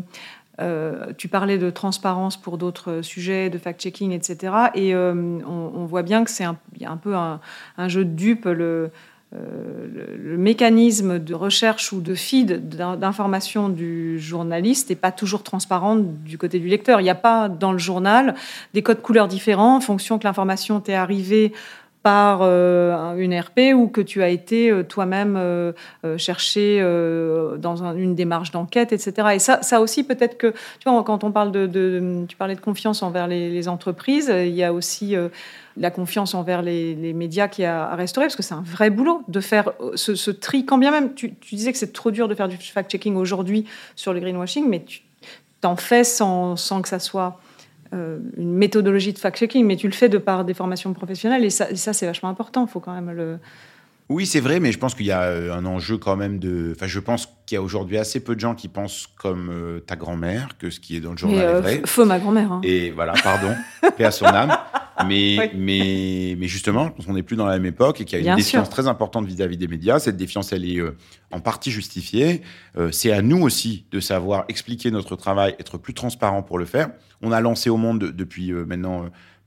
euh, tu parlais de transparence pour d'autres sujets, de fact-checking, et cetera. Et euh, on, on voit bien que c'est un, y a un peu un, un jeu de dupes. Le, Euh, le, le mécanisme de recherche ou de feed d'information du journaliste n'est pas toujours transparent du côté du lecteur. Il n'y a pas dans le journal des codes couleurs différents en fonction que l'information t'est arrivée par euh, une R P ou que tu as été euh, toi-même euh, euh, chercher euh, dans un, une démarche d'enquête, et cetera. Et ça, ça aussi, peut-être que, tu vois, quand on parle de, de tu parlais de confiance envers les, les entreprises, il y a aussi euh, la confiance envers les, les médias qui a à restaurer, parce que c'est un vrai boulot de faire ce, ce tri, quand bien même, tu, tu disais que c'est trop dur de faire du fact-checking aujourd'hui sur le greenwashing, mais tu t'en fais sans, sans que ça soit euh, une méthodologie de fact-checking, mais tu le fais de par des formations professionnelles, et ça, et ça c'est vachement important, il faut quand même le... Oui, c'est vrai, mais je pense qu'il y a un enjeu quand même de... Enfin, je pense qu'il y a aujourd'hui assez peu de gens qui pensent comme euh, ta grand-mère, que ce qui est dans le journal euh, est vrai. Feu ma grand-mère. Hein. Et voilà, pardon, paix à son âme. Mais, oui. mais, mais justement, je pense qu'on n'est plus dans la même époque et qu'il y a Bien une défiance sûr. très importante vis-à-vis des médias. Cette défiance, elle est euh, en partie justifiée. Euh, c'est à nous aussi de savoir expliquer notre travail, être plus transparent pour le faire. On a lancé au monde depuis euh, maintenant... Euh,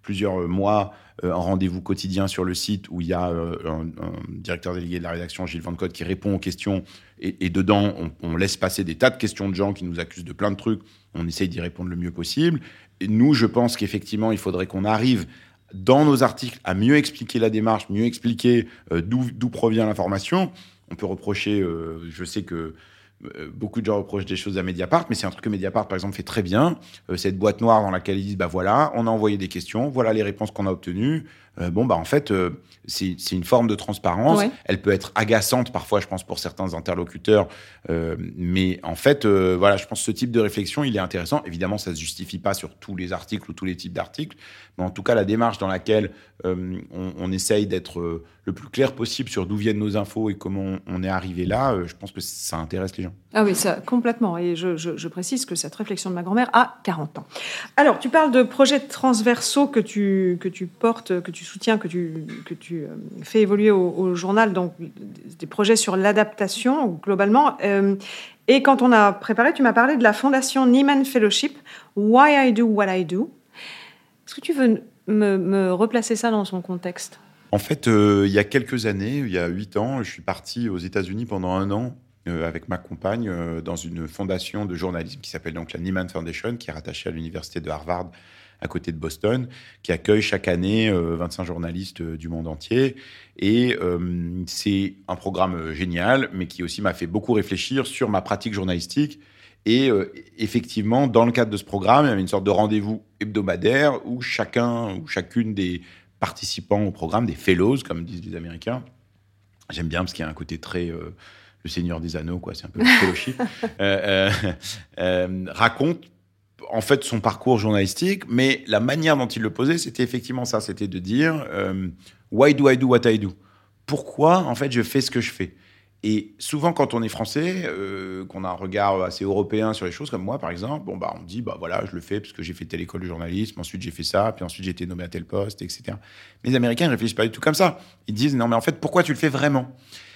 plusieurs mois euh, un rendez-vous quotidien sur le site où il y a euh, un, un directeur délégué de la rédaction, Gilles Van Cote, qui répond aux questions. Et, et dedans, on, on laisse passer des tas de questions de gens qui nous accusent de plein de trucs. On essaye d'y répondre le mieux possible. Et nous, je pense qu'effectivement, il faudrait qu'on arrive dans nos articles à mieux expliquer la démarche, mieux expliquer euh, d'où, d'où provient l'information. On peut reprocher, euh, je sais que euh, beaucoup de gens reprochent des choses à Mediapart, mais c'est un truc que Mediapart, par exemple, fait très bien. Euh, cette boîte noire dans laquelle ils disent, bah voilà, on a envoyé des questions, voilà les réponses qu'on a obtenues. Euh, bon, bah en fait, euh, c'est, c'est une forme de transparence. Ouais. Elle peut être agaçante parfois, je pense, pour certains interlocuteurs. Euh, mais en fait, euh, voilà, je pense que ce type de réflexion, il est intéressant. Évidemment, ça ne se justifie pas sur tous les articles ou tous les types d'articles. Mais en tout cas, la démarche dans laquelle euh, on, on essaye d'être euh, le plus clair possible sur d'où viennent nos infos et comment on, on est arrivé là, euh, je pense que ça intéresse les gens. Ah oui, ça, complètement. Et je, je, je précise que cette réflexion de ma grand-mère a quarante ans. Alors, tu parles de projets transversaux que tu, que tu portes, que tu soutiens, que tu, que tu euh, fais évoluer au, au journal, donc des projets sur l'adaptation, globalement. Euh, et quand on a préparé, tu m'as parlé de la fondation Nieman Fellowship, Why I Do What I Do. Est-ce que tu veux me, me replacer ça dans son contexte ? En fait, euh, il y a quelques années, il y a huit ans, je suis parti aux États-Unis pendant un an euh, avec ma compagne euh, dans une fondation de journalisme qui s'appelle donc la Nieman Foundation, qui est rattachée à l'université de Harvard à côté de Boston, qui accueille chaque année euh, vingt-cinq journalistes euh, du monde entier. Et euh, c'est un programme génial, mais qui aussi m'a fait beaucoup réfléchir sur ma pratique journalistique. Et euh, effectivement, dans le cadre de ce programme, il y avait une sorte de rendez-vous hebdomadaire où chacun ou chacune des participants au programme, des fellows, comme disent les Américains, j'aime bien parce qu'il y a un côté très euh, le Seigneur des Anneaux, quoi, c'est un peu le fellowship, euh, euh, euh, raconte en fait son parcours journalistique, mais la manière dont il le posait, c'était effectivement ça, c'était de dire euh, why do I do what I do ? Pourquoi en fait je fais ce que je fais ? Et souvent, quand on est français, euh, qu'on a un regard assez européen sur les choses, comme moi, par exemple, bon, bah, on dit, bah, voilà, je le fais parce que j'ai fait telle école de journalisme, ensuite j'ai fait ça, puis ensuite j'ai été nommé à tel poste, et cetera. Mais les Américains ne réfléchissent pas du tout comme ça. Ils disent, non, mais en fait, pourquoi tu le fais vraiment ?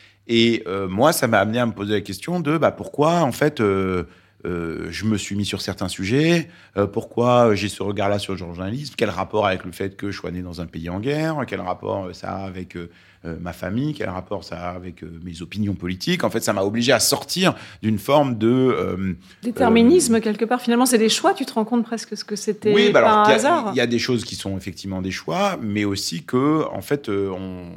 Et euh, moi, ça m'a amené à me poser la question de, bah, pourquoi, en fait, euh, euh, je me suis mis sur certains sujets, euh, pourquoi j'ai ce regard-là sur le journalisme, quel rapport avec le fait que je sois né dans un pays en guerre, quel rapport ça a avec... Euh, Euh, ma famille, quel rapport ça a avec euh, mes opinions politiques. En fait, ça m'a obligé à sortir d'une forme de... Euh, Déterminisme, euh, quelque part. Finalement, c'est des choix. Tu te rends compte presque ce que c'était oui, bah par alors, un y a, hasard. Il y a des choses qui sont effectivement des choix, mais aussi que, en fait, euh, on...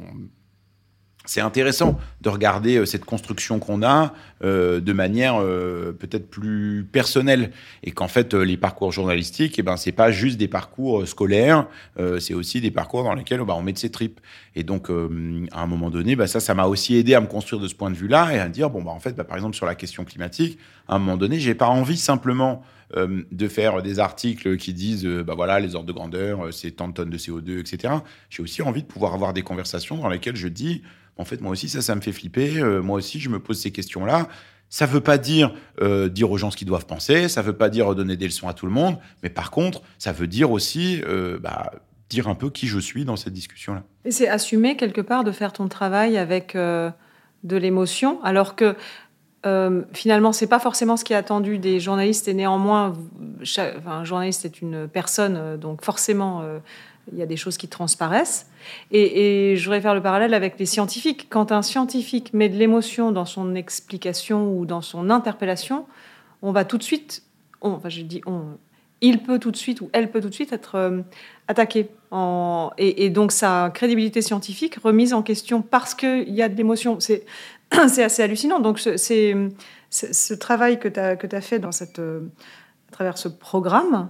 c'est intéressant de regarder euh, cette construction qu'on a euh, de manière euh, peut-être plus personnelle. Et qu'en fait, euh, les parcours journalistiques, eh ben, c'est pas juste des parcours euh, scolaires, euh, c'est aussi des parcours dans lesquels bah, on met de ses tripes. Et donc, euh, à un moment donné, bah, ça, ça m'a aussi aidé à me construire de ce point de vue-là et à me dire, bon, bah, en fait, bah, par exemple, sur la question climatique, à un moment donné, j'ai pas envie simplement euh, de faire des articles qui disent, euh, bah, voilà, les ordres de grandeur, euh, c'est tant de tonnes de C O deux, et cetera. J'ai aussi envie de pouvoir avoir des conversations dans lesquelles je dis, en fait, moi aussi, ça, ça me fait flipper. Euh, moi aussi, je me pose ces questions-là. Ça ne veut pas dire euh, dire aux gens ce qu'ils doivent penser. Ça ne veut pas dire donner des leçons à tout le monde. Mais par contre, ça veut dire aussi euh, bah, dire un peu qui je suis dans cette discussion-là. Et c'est assumer, quelque part, de faire ton travail avec euh, de l'émotion, alors que euh, finalement, ce n'est pas forcément ce qui est attendu des journalistes. Et néanmoins, chaque, enfin, un journaliste est une personne, donc forcément... Euh, il y a des choses qui transparaissent. Et, et je voudrais faire le parallèle avec les scientifiques. Quand un scientifique met de l'émotion dans son explication ou dans son interpellation, on va tout de suite... On, enfin, je dis on... Il peut tout de suite ou elle peut tout de suite être euh, attaqué. En, et, et donc, sa crédibilité scientifique remise en question parce qu'il y a de l'émotion. C'est, c'est assez hallucinant. Donc, c'est, c'est, ce travail que tu as que tu as fait dans cette, euh, à travers ce programme...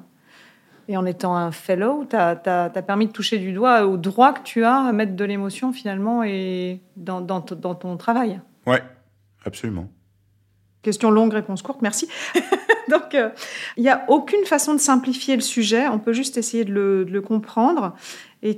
Et en étant un fellow, tu as permis de toucher du doigt au droit que tu as à mettre de l'émotion, finalement, et dans, dans, dans ton travail. Oui, absolument. Question longue, réponse courte, merci. Donc, il euh, n'y a aucune façon de simplifier le sujet. On peut juste essayer de le, de le comprendre. Et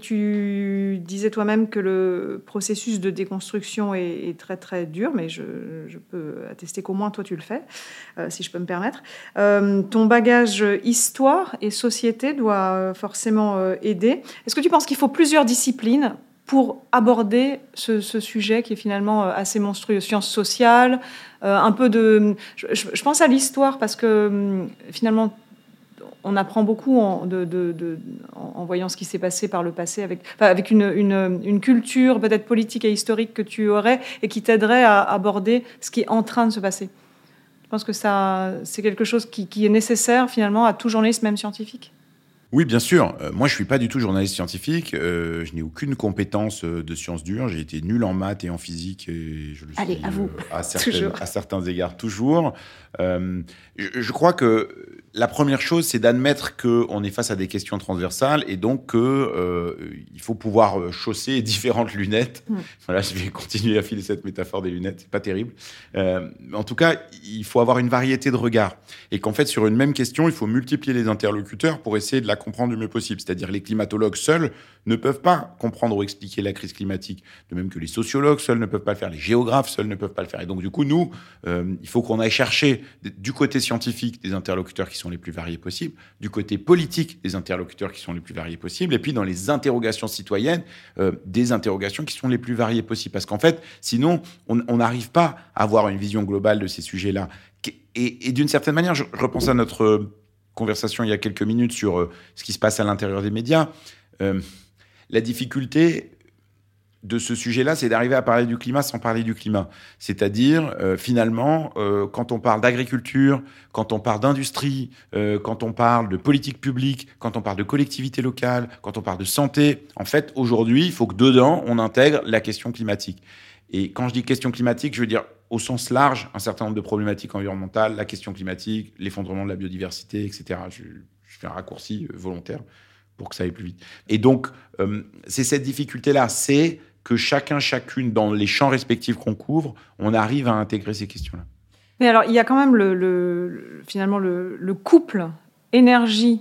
tu disais toi-même que le processus de déconstruction est, est très, très dur, mais je, je peux attester qu'au moins toi, tu le fais, euh, si je peux me permettre. Euh, ton bagage histoire et société doit forcément euh, aider. Est-ce que tu penses qu'il faut plusieurs disciplines pour aborder ce, ce sujet qui est finalement assez monstrueux, sciences sociales, euh, un peu de... Je, je pense à l'histoire parce que finalement, on apprend beaucoup en, de, de, de, en voyant ce qui s'est passé par le passé, avec, enfin, avec une, une, une culture peut-être politique et historique que tu aurais et qui t'aiderait à aborder ce qui est en train de se passer. Je pense que ça, c'est quelque chose qui, qui est nécessaire finalement à tout journaliste, même scientifique. Oui, bien sûr. Euh, moi, je ne suis pas du tout journaliste scientifique. Euh, je n'ai aucune compétence euh, de sciences dures. J'ai été nul en maths et en physique. Et je le suis, Allez, à vous. Euh, à, certaines, à certains égards, toujours. Euh, je, je crois que la première chose, c'est d'admettre qu'on est face à des questions transversales et donc qu'il euh, faut pouvoir chausser différentes lunettes. Mmh. Voilà, je vais continuer à filer cette métaphore des lunettes. C'est pas terrible. Euh, en tout cas, il faut avoir une variété de regards. Et qu'en fait, sur une même question, il faut multiplier les interlocuteurs pour essayer de la comprendre du mieux possible. C'est-à-dire les climatologues seuls ne peuvent pas comprendre ou expliquer la crise climatique. De même que les sociologues seuls ne peuvent pas le faire. Les géographes seuls ne peuvent pas le faire. Et donc, du coup, nous, euh, il faut qu'on aille chercher du côté scientifique des interlocuteurs qui sont les plus variés possibles, du côté politique des interlocuteurs qui sont les plus variés possibles, et puis dans les interrogations citoyennes, euh, des interrogations qui sont les plus variées possibles. Parce qu'en fait, sinon, on n'arrive pas à avoir une vision globale de ces sujets-là. Et, et d'une certaine manière, je, je repense à notre conversation il y a quelques minutes sur euh, ce qui se passe à l'intérieur des médias. Euh, la difficulté de ce sujet-là, c'est d'arriver à parler du climat sans parler du climat. C'est-à-dire, euh, finalement, euh, quand on parle d'agriculture, quand on parle d'industrie, euh, quand on parle de politique publique, quand on parle de collectivité locale, quand on parle de santé, en fait, aujourd'hui, il faut que dedans, on intègre la question climatique. Et quand je dis question climatique, je veux dire au sens large un certain nombre de problématiques environnementales, la question climatique, l'effondrement de la biodiversité, et cetera. Je, je fais un raccourci volontaire pour que ça aille plus vite. Et donc, euh, c'est cette difficulté-là, c'est que chacun, chacune, dans les champs respectifs qu'on couvre, on arrive à intégrer ces questions-là. Mais alors, il y a quand même le, le, finalement le, le couple énergie,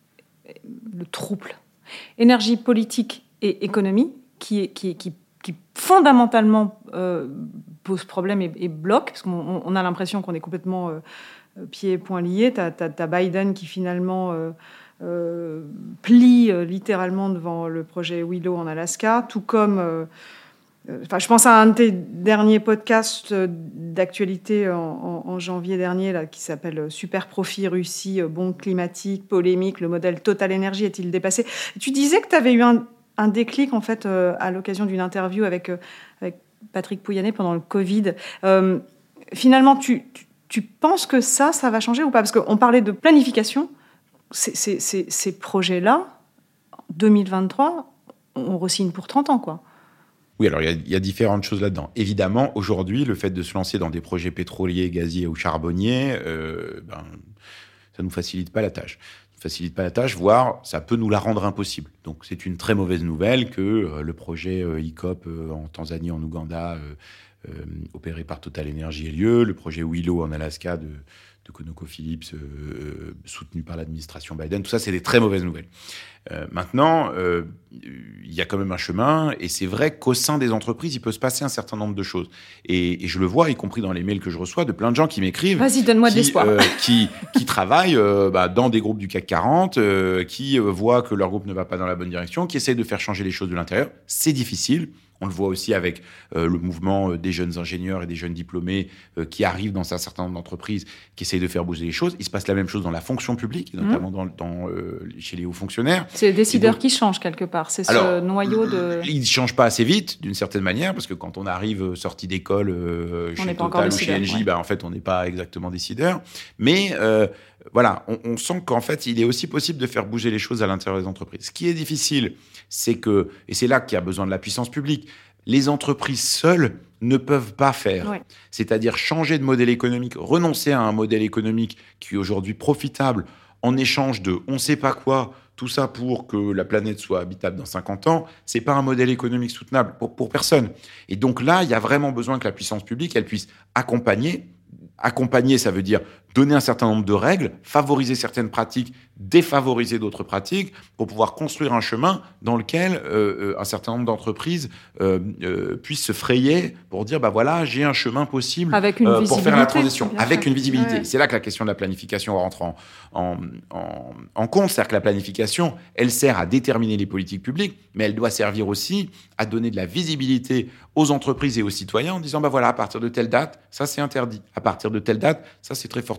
le trouble, énergie politique et économie, qui, est, qui, qui, qui fondamentalement euh, pose problème et, et bloque, parce qu'on on a l'impression qu'on est complètement euh, pieds et poings liés. Tu as Biden qui finalement... Euh, Euh, plie euh, littéralement devant le projet Willow en Alaska, tout comme, euh, euh, je pense à un de tes derniers podcasts d'actualité en, en, en janvier dernier, là, qui s'appelle Super Profit Russie, bombe climatique, polémique, le modèle Total Energy est-il dépassé? Et tu disais que tu avais eu un, un déclic en fait, euh, à l'occasion d'une interview avec, euh, avec Patrick Pouyanné pendant le Covid. Euh, finalement, tu, tu, tu penses que ça, ça va changer ou pas? Parce qu'on parlait de planification. Ces, ces, ces, ces projets-là, deux mille vingt-trois, on re-signe pour trente ans, quoi. Oui, alors il y, y a différentes choses là-dedans. Évidemment, aujourd'hui, le fait de se lancer dans des projets pétroliers, gaziers ou charbonniers, euh, ben, ça ne nous facilite pas la tâche. Ça ne facilite pas la tâche, voire ça peut nous la rendre impossible. Donc c'est une très mauvaise nouvelle que euh, le projet euh, I C O P euh, en Tanzanie, en Ouganda, euh, euh, opéré par Total Energy ait lieu, le projet Willow en Alaska de... de ConocoPhillips, euh, soutenu par l'administration Biden. Tout ça, c'est des très mauvaises nouvelles. Euh, maintenant, euh, il y a quand même un chemin, et c'est vrai qu'au sein des entreprises, il peut se passer un certain nombre de choses. Et, et je le vois, y compris dans les mails que je reçois, de plein de gens qui m'écrivent. Vas-y, donne-moi qui, de l'espoir. Euh, qui, qui travaillent euh, bah, dans des groupes du C A C quarante, euh, qui euh, voient que leur groupe ne va pas dans la bonne direction, qui essayent de faire changer les choses de l'intérieur. C'est difficile. On le voit aussi avec euh, le mouvement des jeunes ingénieurs et des jeunes diplômés euh, qui arrivent dans un certain nombre d'entreprises, qui essayent de faire bouger les choses. Il se passe la même chose dans la fonction publique, notamment mmh. dans, dans, euh, chez les hauts fonctionnaires. C'est les décideurs donc, qui changent quelque part. C'est alors, ce noyau de... Ils ne changent pas assez vite, d'une certaine manière, parce que quand on arrive sorti d'école euh, chez Total ou chez Engie, ouais. bah, en fait, on n'est pas exactement décideur. Mais... Euh, Voilà, on, on sent qu'en fait, il est aussi possible de faire bouger les choses à l'intérieur des entreprises. Ce qui est difficile, c'est que, et c'est là qu'il y a besoin de la puissance publique, les entreprises seules ne peuvent pas faire. Ouais. C'est-à-dire changer de modèle économique, renoncer à un modèle économique qui est aujourd'hui profitable en échange de on ne sait pas quoi, tout ça pour que la planète soit habitable dans cinquante ans, ce n'est pas un modèle économique soutenable pour, pour personne. Et donc là, il y a vraiment besoin que la puissance publique, elle puisse accompagner. Accompagner, ça veut dire donner un certain nombre de règles, favoriser certaines pratiques, défavoriser d'autres pratiques, pour pouvoir construire un chemin dans lequel euh, un certain nombre d'entreprises euh, euh, puissent se frayer pour dire, bah voilà, j'ai un chemin possible avec une euh, pour faire la transition, avec sûr. une visibilité. Ouais. C'est là que la question de la planification rentre en, en, en, en compte. C'est-à-dire que la planification, elle sert à déterminer les politiques publiques, mais elle doit servir aussi à donner de la visibilité aux entreprises et aux citoyens en disant, bah voilà, à partir de telle date, ça c'est interdit. À partir de telle date, ça c'est très fortement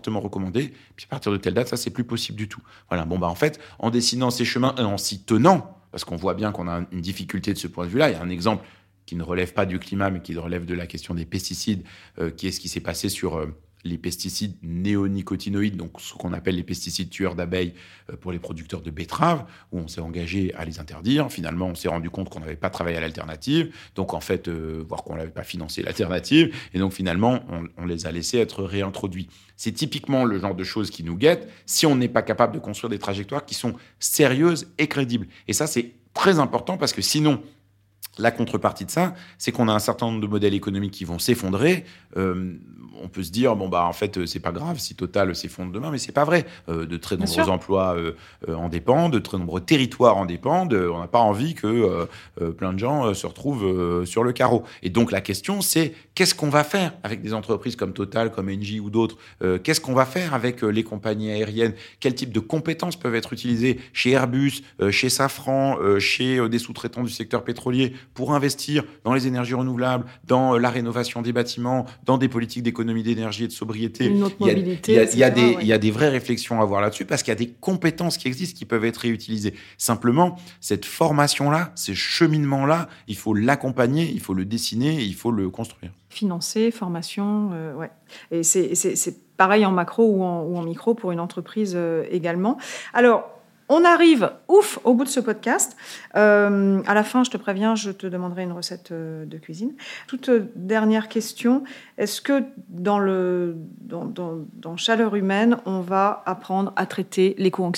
fortement recommandé. Puis à partir de telle date, ça, c'est plus possible du tout. Voilà. Bon, bah, en fait, en dessinant ces chemins et en s'y tenant, parce qu'on voit bien qu'on a une difficulté de ce point de vue-là, il y a un exemple qui ne relève pas du climat, mais qui relève de la question des pesticides, euh, qui est ce qui s'est passé sur euh, les pesticides néonicotinoïdes, donc ce qu'on appelle les pesticides tueurs d'abeilles euh, pour les producteurs de betteraves, où on s'est engagé à les interdire. Finalement, on s'est rendu compte qu'on n'avait pas travaillé à l'alternative, donc en fait, euh, voire qu'on n'avait pas financé l'alternative, et donc finalement, on, on les a laissés être réintroduits. C'est typiquement le genre de choses qui nous guettent si on n'est pas capable de construire des trajectoires qui sont sérieuses et crédibles. Et ça, c'est très important parce que sinon, la contrepartie de ça, c'est qu'on a un certain nombre de modèles économiques qui vont s'effondrer. Euh, on peut se dire, bon, bah, en fait, c'est pas grave si Total s'effondre demain, mais c'est pas vrai. Euh, de très nombreux emplois euh, euh, en dépendent, de très nombreux territoires en dépendent. On n'a pas envie que euh, euh, plein de gens euh, se retrouvent euh, sur le carreau. Et donc, la question, c'est qu'est-ce qu'on va faire avec des entreprises comme Total, comme Engie ou d'autres? euh, Qu'est-ce qu'on va faire avec euh, les compagnies aériennes? Quel type de compétences peuvent être utilisées chez Airbus, euh, chez Safran, euh, chez euh, des sous-traitants du secteur pétrolier pour investir dans les énergies renouvelables, dans la rénovation des bâtiments, dans des politiques d'économie d'énergie et de sobriété. Une autre mobilité, il y a, il y a, il y a, des, ouais. il y a des vraies réflexions à avoir là-dessus parce qu'il y a des compétences qui existent qui peuvent être réutilisées. Simplement, cette formation-là, ce cheminement-là, il faut l'accompagner, il faut le dessiner, il faut le construire. Financer, formation, euh, ouais. Et c'est, c'est, c'est pareil en macro ou en, ou en micro pour une entreprise euh, également. Alors, on arrive, ouf, au bout de ce podcast. Euh, à la fin, je te préviens, je te demanderai une recette euh, de cuisine. Toute euh, dernière question, est-ce que dans, le, dans, dans, dans Chaleur Humaine, on va apprendre à traiter l'éco-anxiété ?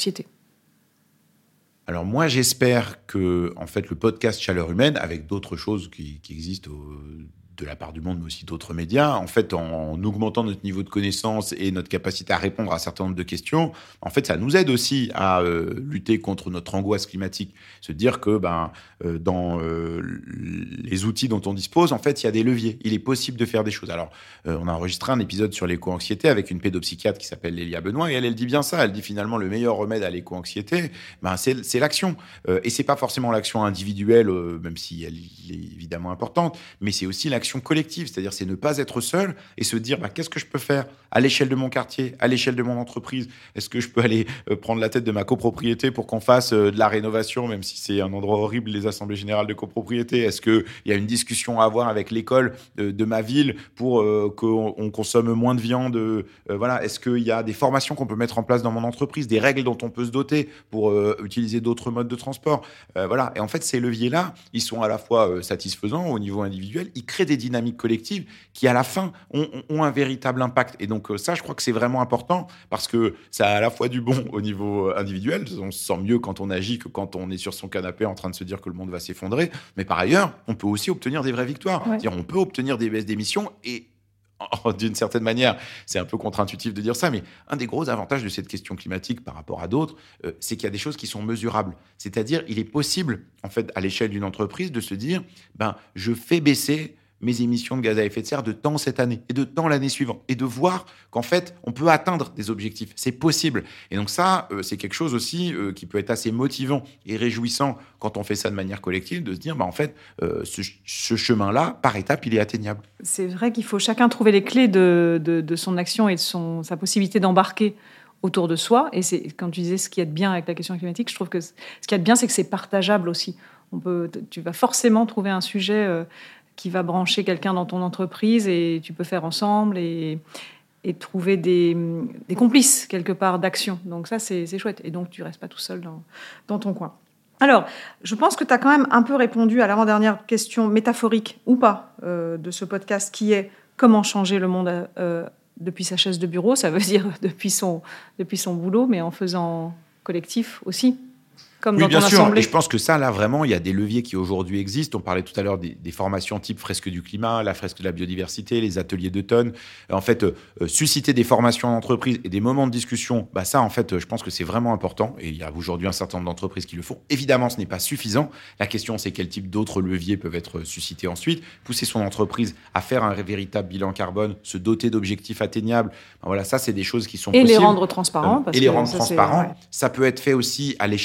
Alors moi, j'espère que en fait, le podcast Chaleur Humaine, avec d'autres choses qui, qui existent au, de la part du monde, mais aussi d'autres médias, en fait, en, en augmentant notre niveau de connaissance et notre capacité à répondre à un certain nombre de questions, en fait, ça nous aide aussi à euh, lutter contre notre angoisse climatique. Se dire que ben, euh, dans euh, les outils dont on dispose, en fait, il y a des leviers. Il est possible de faire des choses. Alors, euh, on a enregistré un épisode sur l'éco-anxiété avec une pédopsychiatre qui s'appelle Lélia Benoît, et elle, elle dit bien ça. Elle dit finalement le meilleur remède à l'éco-anxiété, ben, c'est, c'est l'action. Euh, et c'est pas forcément l'action individuelle, euh, même si elle est évidemment importante, mais c'est aussi l'action collective, c'est-à-dire c'est ne pas être seul et se dire bah, qu'est-ce que je peux faire à l'échelle de mon quartier, à l'échelle de mon entreprise. Est-ce que je peux aller euh, prendre la tête de ma copropriété pour qu'on fasse euh, de la rénovation, même si c'est un endroit horrible, les assemblées générales de copropriété? Est-ce qu'il y a une discussion à avoir avec l'école euh, de ma ville pour euh, qu'on on consomme moins de viande euh, voilà. Est-ce qu'il y a des formations qu'on peut mettre en place dans mon entreprise, des règles dont on peut se doter pour euh, utiliser d'autres modes de transport euh, voilà. Et en fait, ces leviers-là, ils sont à la fois euh, satisfaisants au niveau individuel, ils créent des dynamiques collectives qui, à la fin, ont, ont un véritable impact. Et donc, ça, je crois que c'est vraiment important parce que ça a à la fois du bon au niveau individuel. On se sent mieux quand on agit que quand on est sur son canapé en train de se dire que le monde va s'effondrer. Mais par ailleurs, on peut aussi obtenir des vraies victoires. Ouais. C'est-à-dire, on peut obtenir des baisses d'émissions et d'une certaine manière, c'est un peu contre-intuitif de dire ça, mais un des gros avantages de cette question climatique par rapport à d'autres, euh, c'est qu'il y a des choses qui sont mesurables. C'est-à-dire, il est possible, en fait, à l'échelle d'une entreprise, de se dire, ben, je fais baisser mes émissions de gaz à effet de serre de temps cette année et de temps l'année suivante, et de voir qu'en fait, on peut atteindre des objectifs. C'est possible. Et donc ça, euh, c'est quelque chose aussi euh, qui peut être assez motivant et réjouissant quand on fait ça de manière collective, de se dire, bah, en fait, euh, ce, ce chemin-là, par étapes, il est atteignable. C'est vrai qu'il faut chacun trouver les clés de, de, de son action et de son, sa possibilité d'embarquer autour de soi. Et c'est, quand tu disais ce qu'il y a de bien avec la question climatique, je trouve que ce qu'il y a de bien, c'est que c'est partageable aussi. On peut, tu vas forcément trouver un sujet euh, qui va brancher quelqu'un dans ton entreprise et tu peux faire ensemble et, et trouver des, des complices quelque part d'action. Donc ça, c'est, c'est chouette. Et donc, tu ne restes pas tout seul dans, dans ton coin. Alors, je pense que tu as quand même un peu répondu à l'avant-dernière question métaphorique ou pas euh, de ce podcast qui est comment changer le monde euh, depuis sa chaise de bureau. Ça veut dire depuis son, depuis son boulot, mais en faisant collectif aussi. Comme oui, dans bien ton sûr. assemblée. Et je pense que ça, là, vraiment, il y a des leviers qui aujourd'hui existent. On parlait tout à l'heure des, des formations type fresque du climat, la fresque de la biodiversité, les ateliers d'automne. En fait, euh, susciter des formations en entreprise et des moments de discussion, bah ça, en fait, je pense que c'est vraiment important. Et il y a aujourd'hui un certain nombre d'entreprises qui le font. Évidemment, ce n'est pas suffisant. La question, c'est quel type d'autres leviers peuvent être suscités ensuite. Pousser son entreprise à faire un véritable bilan carbone, se doter d'objectifs atteignables. Ben voilà, ça, c'est des choses qui sont et possibles. Les rendre transparents. Euh, parce et les que rendre ça, transparents. ouais. Ça peut être fait aussi à l'échelle d'un service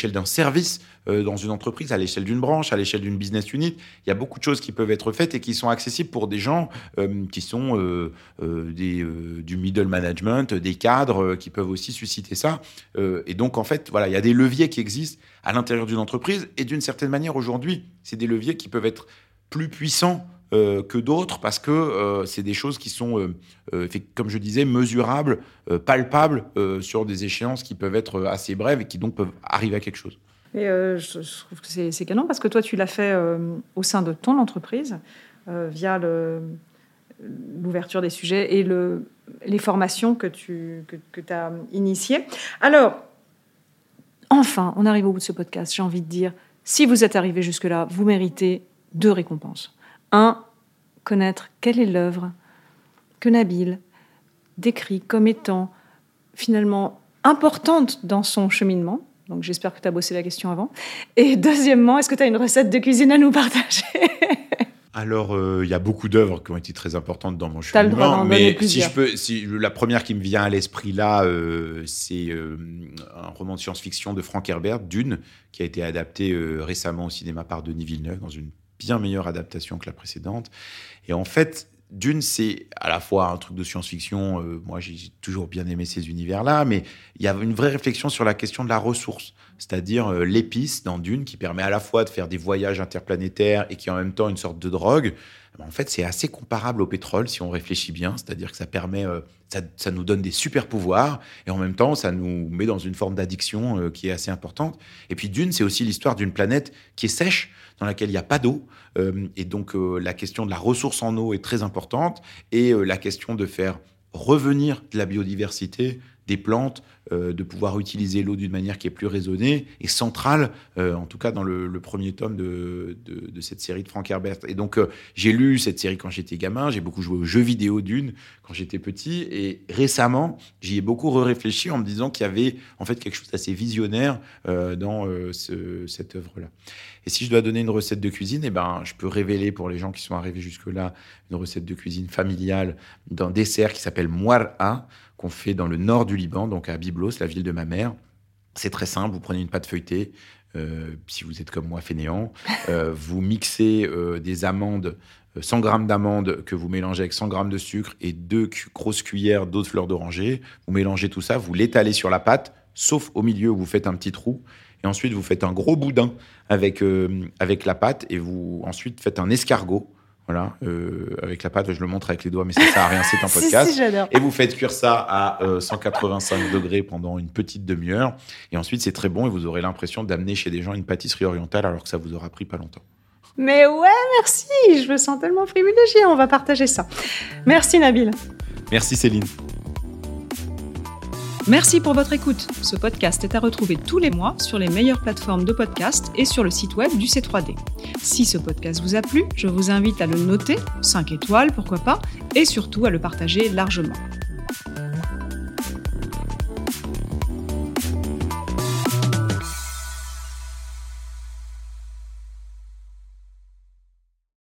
service euh, dans une entreprise, à l'échelle d'une branche, à l'échelle d'une business unit. Il y a beaucoup de choses qui peuvent être faites et qui sont accessibles pour des gens euh, qui sont euh, euh, des, euh, du middle management, des cadres euh, qui peuvent aussi susciter ça. Euh, et donc, en fait, voilà, il y a des leviers qui existent à l'intérieur d'une entreprise. Et d'une certaine manière, aujourd'hui, c'est des leviers qui peuvent être plus puissants Euh, que d'autres parce que euh, c'est des choses qui sont, euh, euh, comme je disais, mesurables, euh, palpables euh, sur des échéances qui peuvent être assez brèves et qui donc peuvent arriver à quelque chose. Et euh, je, je trouve que c'est, c'est canon parce que toi, tu l'as fait euh, au sein de ton entreprise euh, via le, l'ouverture des sujets et le, les formations que tu que, que tu as initiées. Alors, enfin, on arrive au bout de ce podcast. J'ai envie de dire, si vous êtes arrivé jusque-là, vous méritez deux récompenses. Un, connaître quelle est l'œuvre que Nabil décrit comme étant finalement importante dans son cheminement. Donc j'espère que tu as bossé la question avant. Et deuxièmement, est-ce que tu as une recette de cuisine à nous partager ? Alors, il euh, y a beaucoup d'œuvres qui ont été très importantes dans mon cheminement. T'as le droit d'en donner mais plusieurs. si je peux, si, la première qui me vient à l'esprit là, euh, c'est euh, un roman de science-fiction de Frank Herbert, Dune, qui a été adapté euh, récemment au cinéma par Denis Villeneuve dans une bien meilleure adaptation que la précédente. Et en fait, Dune, c'est à la fois un truc de science-fiction. Euh, moi, j'ai toujours bien aimé ces univers-là, mais il y a une vraie réflexion sur la question de la ressource, c'est-à-dire euh, l'épice dans Dune, qui permet à la fois de faire des voyages interplanétaires et qui est en même temps une sorte de drogue. En fait, c'est assez comparable au pétrole, si on réfléchit bien. C'est-à-dire que ça permet, euh, ça, ça nous donne des super pouvoirs et en même temps, ça nous met dans une forme d'addiction euh, qui est assez importante. Et puis Dune, c'est aussi l'histoire d'une planète qui est sèche, dans laquelle il n'y a pas d'eau. Euh, et donc, euh, la question de la ressource en eau est très importante. Et euh, la question de faire revenir de la biodiversité, des plantes, euh, de pouvoir utiliser l'eau d'une manière qui est plus raisonnée est centrale, euh, en tout cas dans le, le premier tome de, de, de cette série de Frank Herbert. Et donc, euh, j'ai lu cette série quand j'étais gamin, j'ai beaucoup joué aux jeux vidéo Dune quand j'étais petit, et récemment, j'y ai beaucoup réfléchi en me disant qu'il y avait en fait quelque chose d'assez visionnaire euh, dans euh, ce, cette œuvre-là. Et si je dois donner une recette de cuisine, eh ben, je peux révéler pour les gens qui sont arrivés jusque-là une recette de cuisine familiale d'un dessert qui s'appelle Mouar'a, qu'on fait dans le nord du Liban, donc à Byblos, la ville de ma mère. C'est très simple, vous prenez une pâte feuilletée, euh, si vous êtes comme moi fainéant, euh, vous mixez euh, des amandes, euh, cent grammes d'amandes que vous mélangez avec cent grammes de sucre et deux cu- grosses cuillères d'eau de fleur d'oranger. Vous mélangez tout ça, vous l'étalez sur la pâte, sauf au milieu où vous faites un petit trou. Et ensuite, vous faites un gros boudin avec, euh, avec la pâte et vous ensuite faites un escargot. Voilà, euh, avec la pâte, je le montre avec les doigts, mais ça ne sert à rien, c'est un podcast. si, si, j'adore. Et vous faites cuire ça à euh, cent quatre-vingt-cinq degrés pendant une petite demi-heure. Et ensuite, c'est très bon et vous aurez l'impression d'amener chez des gens une pâtisserie orientale alors que ça vous aura pris pas longtemps. Mais ouais, merci, je me sens tellement privilégiée, on va partager ça. Merci Nabil. Merci Céline. Merci pour votre écoute. Ce podcast est à retrouver tous les mois sur les meilleures plateformes de podcast et sur le site web du C trois D. Si ce podcast vous a plu, je vous invite à le noter, cinq étoiles, pourquoi pas, et surtout à le partager largement.